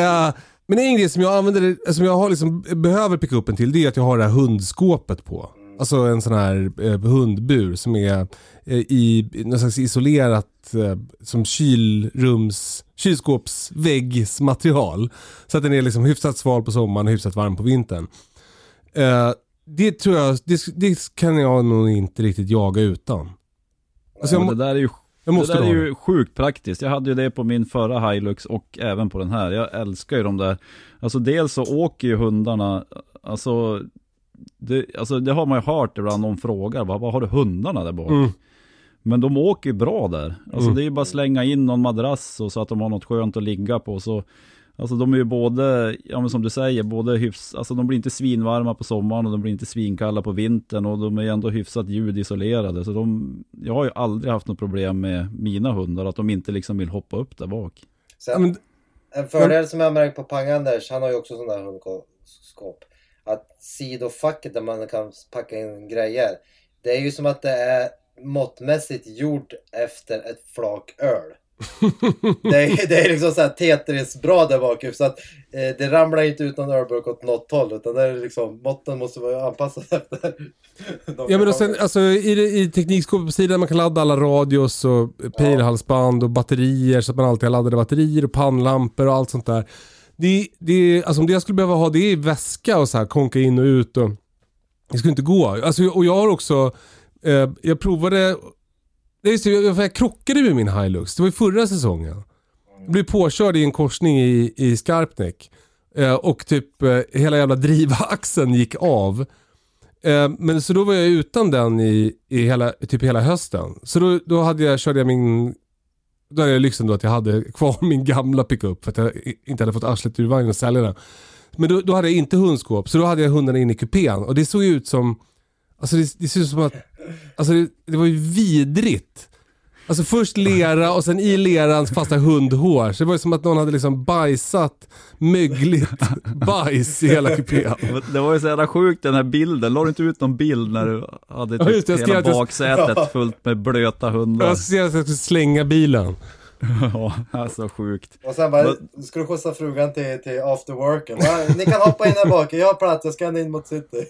Men en grej som jag använder, som jag har liksom behöver picka upp en till, det är att jag har det här hundskåpet på. Alltså en sån här hundbur som är i något slags isolerat som kylskåpsväggsmaterial. Så att den är liksom hyfsat sval på sommaren och hyfsat varm på vintern. Det tror jag, det kan jag nog inte riktigt jaga utan. Alltså det där är ju sjukt praktiskt. Jag hade ju det på min förra Hilux och även på den här. Jag älskar ju de där. Alltså dels så åker ju hundarna, alltså det har man ju hört ibland, någon frågar, vad har du hundarna där bak? Men de åker ju bra där. Alltså det är ju bara slänga in någon madrass och så att de har något skönt att ligga på. Så, alltså de är ju både, ja men som du säger, både alltså de blir inte svinvarma på sommaren och de blir inte svinkalla på vintern och de är ändå hyfsat ljudisolerade. Så jag har ju aldrig haft något problem med mina hundar, att de inte liksom vill hoppa upp där bak. Sen, en fördel som jag märkt på Pang-Anders, han har ju också sån där hundskåp. Att sidofacket där man kan packa in grejer, det är ju som att det är måttmässigt gjort efter ett flak öl. det är liksom så här Tetris bra där bak, så att det ramlar inte ut någon ölburk åt något håll, utan det är liksom, måtten måste vara anpassad efter. Ja, men och sen, alltså, i teknikskåpsidan man kan ladda alla radios och pilhalsband och batterier, så att man alltid har laddade batterier och pannlampor och allt sånt där. Alltså om det jag skulle behöva ha, det är väska och så här, konka in och ut, och det skulle inte gå. Alltså, och jag har också jag provade, jag krockade med min Hilux. Det var ju förra säsongen. Jag blev påkörd i en korsning i Skarpnäck. Och typ hela jävla drivaxeln gick av. Men så då var jag utan den i hela hösten. Så då hade jag lyxen då att jag hade kvar min gamla pickup, för att jag inte hade fått arslet ur vagnen och sälja den. Men då hade jag inte hundskåp, så då hade jag hundarna in i kupén. Och det såg ut som, alltså det såg ut som att, alltså det var ju vidrigt. Alltså först lera och sen i lerans fasta hundhår. Så det var ju som att någon hade liksom bajsat mögligt bajs i hela kupén. Det var ju så jävla sjukt, den här bilden. Lade du inte ut någon bild när du hade typ hela baksätet fullt med blöta hundar? Jag ser att jag skulle slänga bilen. Ja, alltså sjukt. Och sen bara, ska du skjutsa frugan till after worken? Ni kan hoppa in här bak, jag har plats, jag ska in mot city.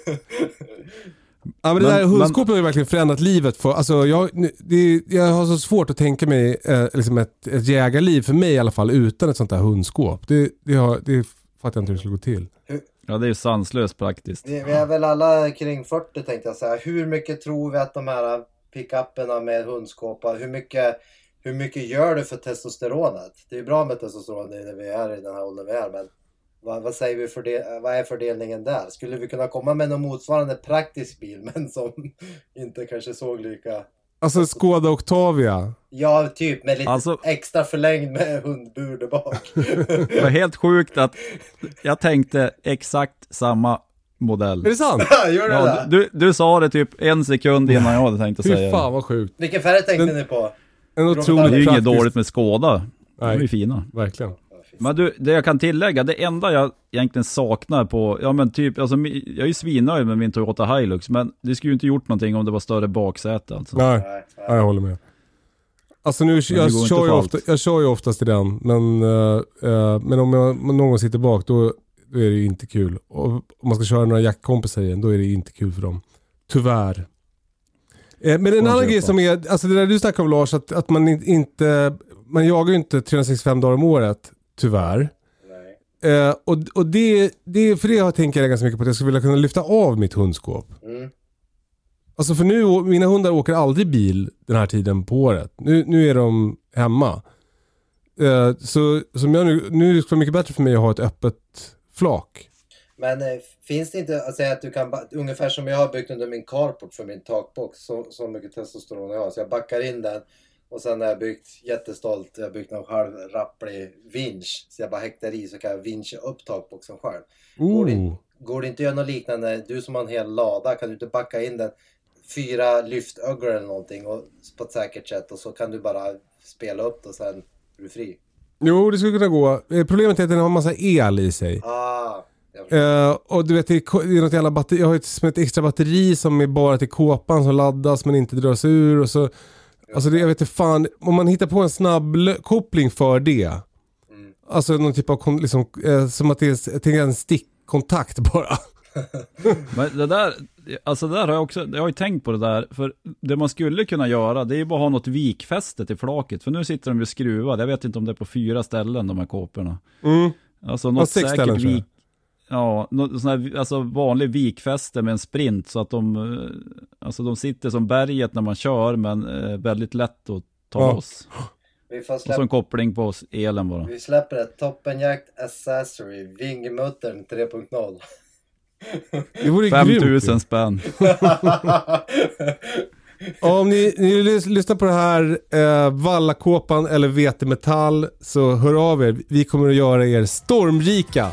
Ja, men det där hundskåpet har ju verkligen förändrat livet för, alltså jag har så svårt att tänka mig liksom ett jägarliv för mig i alla fall utan ett sånt där hundskåp. Det fattar jag inte hur det skulle gå till. Ja, det är ju sanslöst praktiskt. Vi är väl alla kring 40, tänkte jag säga. Hur mycket tror vi att de här pick-upperna med hundskåpar, hur mycket gör det för testosteronet? Det är ju bra med testosteron när vi är i den här åldern vi är, men vad säger vi vad är fördelningen där? Skulle vi kunna komma med någon motsvarande praktisk bil, men som inte kanske såg lika... Alltså Skoda Octavia? Ja, typ med lite extra förlängd med hundbur där bak. Det var helt sjukt att jag tänkte exakt samma modell. Är det sant? Gör det ja, du sa det typ en sekund innan jag hade tänkt att säga det. Fy fan vad sjukt. Vilken färg tänkte ni på? En otroligt det är ju inget praktiskt. dåligt med Skoda. De är ju fina. Verkligen. Men du, det jag kan tillägga, det enda jag egentligen saknar på, ja men typ, alltså jag är ju svinnöjd med min Toyota Hilux, men det skulle ju inte gjort någonting om det var större baksäte alltså. Nej, jag håller med. Alltså nu, jag kör ju oftast i den, men om jag någon gång sitter bak, då är det ju inte kul. Och om man ska köra några jackkompisar igen, då är det inte kul för dem. Tyvärr. Men en annan grej som är, alltså det där du snackar om Lars, att man jagar ju inte 365 dagar om året, tyvärr. Nej. Och det för det tänker jag ganska mycket på, att jag skulle vilja kunna lyfta av mitt hundskåp. Alltså för nu, mina hundar åker aldrig bil den här tiden på året. Nu är de hemma. Så som nu ska det mycket bättre för mig att ha ett öppet flak. Men finns det inte att säga att du kan, ungefär som jag har byggt under min carport för min takbox, så mycket testosteron jag har, så jag backar in den och sen har jag byggt, jättestolt, jag har byggt någon halvrapplig vinsch, så jag bara häktar i så kan jag vincha upp takboxen själv. Går det inte att göra något liknande, du som har en hel lada, kan du inte backa in den 4 lyftögor eller någonting och på ett säkert sätt, och så kan du bara spela upp det och sen är du fri? Jo, det skulle kunna gå. Problemet är att den har en massa el i sig. Och du vet, det är något jävla batteri. Jag har ett extra batteri som är bara till kåpan som laddas men inte dras ur, och så alltså det, jag vet inte fan, om man hittar på en snabb koppling för det. Alltså någon typ av liksom, som att det är en stickkontakt bara. Men det där, alltså där har jag har ju tänkt på det där. För det man skulle kunna göra, det är ju bara ha något vikfäste till flaket. För nu sitter de ju skruvad. Jag vet inte om det är på 4 ställen, de här kåporna. Alltså något 6 säkert ställen, vik. Ja, sån här, alltså vanlig vikfäste med en sprint. Så att de sitter som berget när man kör, men väldigt lätt att ta loss. Och så en koppling på elen bara. Vi släpper ett Toppenjakt Accessory Vingemuttern 3.0. Det vore 5000 spänn. Om ni lyssnar på det här Vallakåpan eller vetemetall, så hör av er. Vi kommer att göra er stormrika.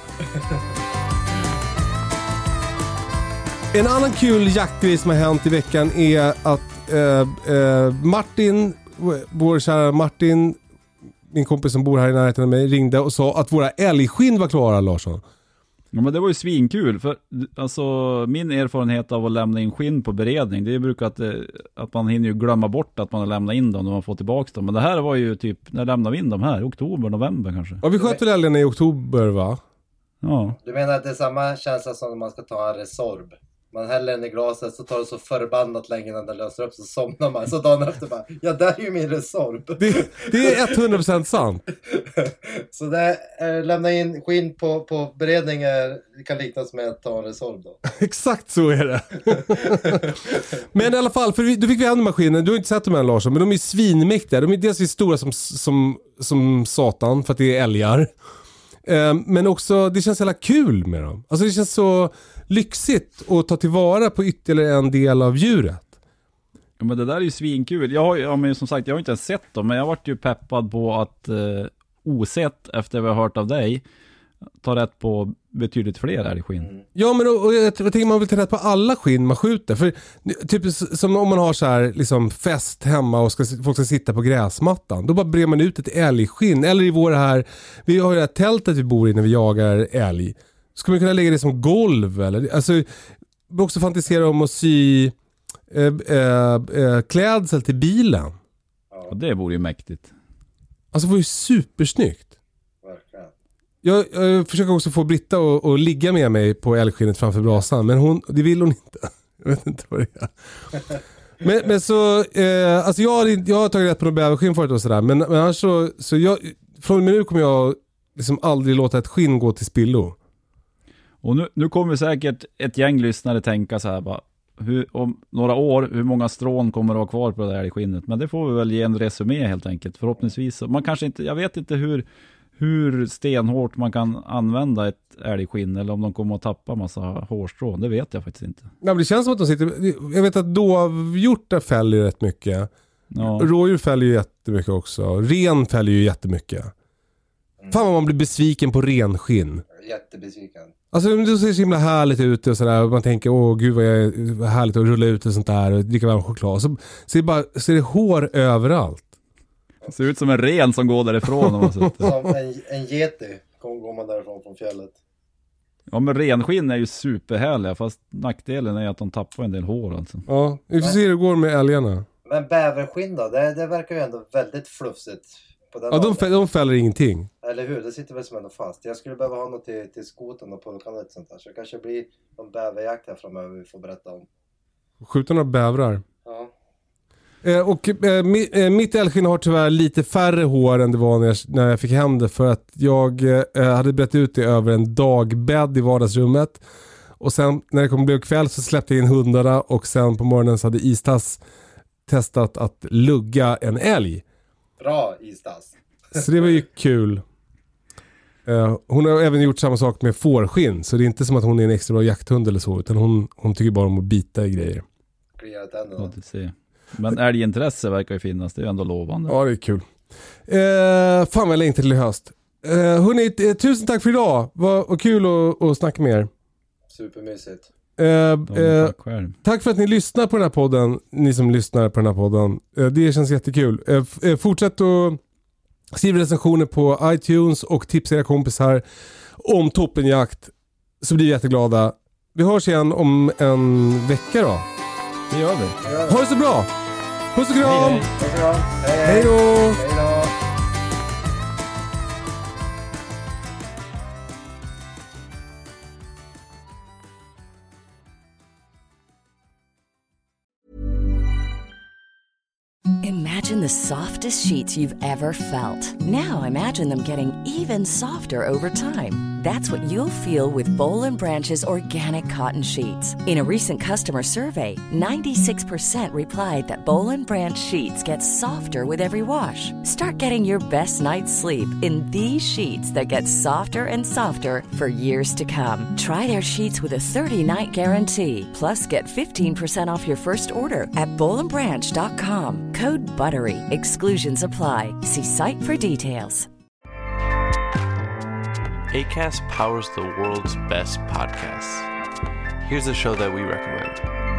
En annan kul jaktgrej som har hänt i veckan är att Martin, vår kära Martin, min kompis som bor här i närheten av mig, ringde och sa att våra älgskinn var klara, Larsson. Ja, men det var ju svinkul, för alltså min erfarenhet av att lämna in skinn på beredning, det brukar att man hinner ju glömma bort att man har lämnat in dem när man får tillbaka dem. Men det här var ju typ, när lämnade vi in dem här? Oktober, november kanske? Ja, vi sköt väl älgarna i oktober, va? Ja. Du menar att det är samma känsla som när man ska ta en Resorb? Man häller den i glaset, så tar det så förbannat länge när den löser upp, så somnar man. Så dagen efter bara, ja, där är ju min Resorb. Det är 100% sant. Så det lämna in skinn på beredningar kan liknas med att ta en Resorb då. Exakt så är det. Men i alla fall, för då fick vi hem maskinen. Du har inte sett dem än, Larsson, men de är svinmäktiga. De är dels stora som satan, för att det är älgar. Men också, det känns jävla kul med dem. Alltså det känns så lyxigt att ta tillvara på ytterligare en del av djuret. Ja, men det där är ju svinkul. Men som sagt, jag har inte ens sett dem, men jag har varit ju peppad på att osett efter vad jag har hört av dig ta rätt på betydligt fler älgskinn. Ja, men och jag tänker man vill ta rätt på alla skinn man skjuter. För typ som om man har så här liksom fest hemma och folk ska sitta på gräsmattan. Då bara brer man ut ett älgskinn. Eller i vi har ju det här tältet vi bor i när vi jagar älg. Ska man kunna lägga det som golv? Eller? Alltså, vi också fantisera om att sy klädsel till bilen. Och det vore ju mäktigt. Alltså det var ju supersnyggt. Verkligen. Jag försöker också få Britta att ligga med mig på älgskinnet framför brasan, men det vill hon inte. Jag vet inte vad det är. Men så alltså jag har tagit rätt på någon bäverskinn förut och sådär, men annars så jag, från och med nu kommer jag liksom aldrig låta ett skinn gå till spillo. Och nu kommer säkert ett gäng lyssnare tänka så här bara, om några år, hur många strån kommer att vara kvar på det här skinnet? Men det får vi väl ge en resumé helt enkelt. Förhoppningsvis. Man kanske inte, jag vet inte hur stenhårt man kan använda ett älgskinn, eller om de kommer att tappa massa hårstrån. Det vet jag faktiskt inte. Nej, men det känns som att de sitter, jag vet att dovhjortar fäller rätt mycket. Ja. Rådjur fäller ju jättemycket också. Ren fäller ju jättemycket. Fan vad man blir besviken på renskinn. Jättebesviken. Alltså det ser så himla härligt ut och sådär. Man tänker, åh gud vad härligt att rulla ut och sånt där och dricka varm choklad. Så är det hår överallt. Det ser ut som en ren som går därifrån. Som en geti går man därifrån från fjället. Ja, men renskinn är ju superhärliga, fast nackdelen är att de tappar en del hår alltså. Ja, vi får se hur det går med älgarna. Men bäverskinn då? Det verkar ju ändå väldigt fluffsigt. Ja, de fäller ingenting. Eller hur? Det sitter väl som ändå fast. Jag skulle behöva ha något till skoten och pulkan och lite sånt där. Så det kanske blir någon bäverjakt här framöver vi får berätta om. Skjuta några bävrar. Ja. Mitt älgskinn har tyvärr lite färre hår än det var när jag fick hem det. För att jag hade brett ut det över en dagbädd i vardagsrummet. Och sen när det kom bli kväll så släppte jag in hundarna. Och sen på morgonen så hade Istas testat att lugga en älg. Bra Istas. Så det var ju kul. Hon har även gjort samma sak med fårskinn. Så det är inte som att hon är en extra bra jakthund eller så. Utan hon tycker bara om att bita i grejer. Men älgintresse verkar ju finnas. Det är ju ändå lovande. Ja, det är kul. Fan vad jag längtar till höst. Hörrni, tusen tack för idag. Vad kul att snacka med er. Supermysigt. Tack för att ni lyssnar på den här podden. Ni som lyssnar på den här podden. Det känns jättekul. Fortsätt att skriva recensioner på iTunes och tipsa era kompisar om Toppenjakt, så blir vi jätteglada. Vi hörs igen om en vecka då. Det gör vi. Ha det så bra. Puss och kram. Hej då. Imagine the softest sheets you've ever felt. Now imagine them getting even softer over time. That's what you'll feel with Boll & Branch's organic cotton sheets. In a recent customer survey, 96% replied that Boll & Branch sheets get softer with every wash. Start getting your best night's sleep in these sheets that get softer and softer for years to come. Try their sheets with a 30-night guarantee. Plus, get 15% off your first order at bollandbranch.com. Code BUTTERY. Exclusions apply. See site for details. Acast powers the world's best podcasts. Here's a show that we recommend.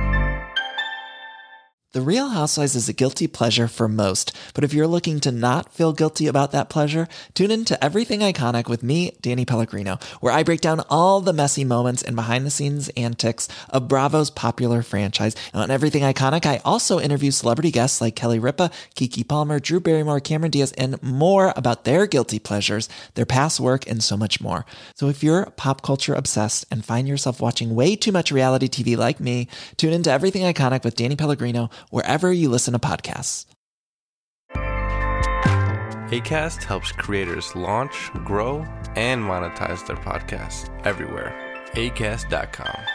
The Real Housewives is a guilty pleasure for most, but if you're looking to not feel guilty about that pleasure, tune in to Everything Iconic with me, Danny Pellegrino, where I break down all the messy moments and behind-the-scenes antics of Bravo's popular franchise. And on Everything Iconic, I also interview celebrity guests like Kelly Ripa, Keke Palmer, Drew Barrymore, Cameron Diaz, and more about their guilty pleasures, their past work, and so much more. So if you're pop culture obsessed and find yourself watching way too much reality TV like me, tune into Everything Iconic with Danny Pellegrino, wherever you listen to podcasts. Acast helps creators launch, grow, and monetize their podcasts everywhere. Acast.com.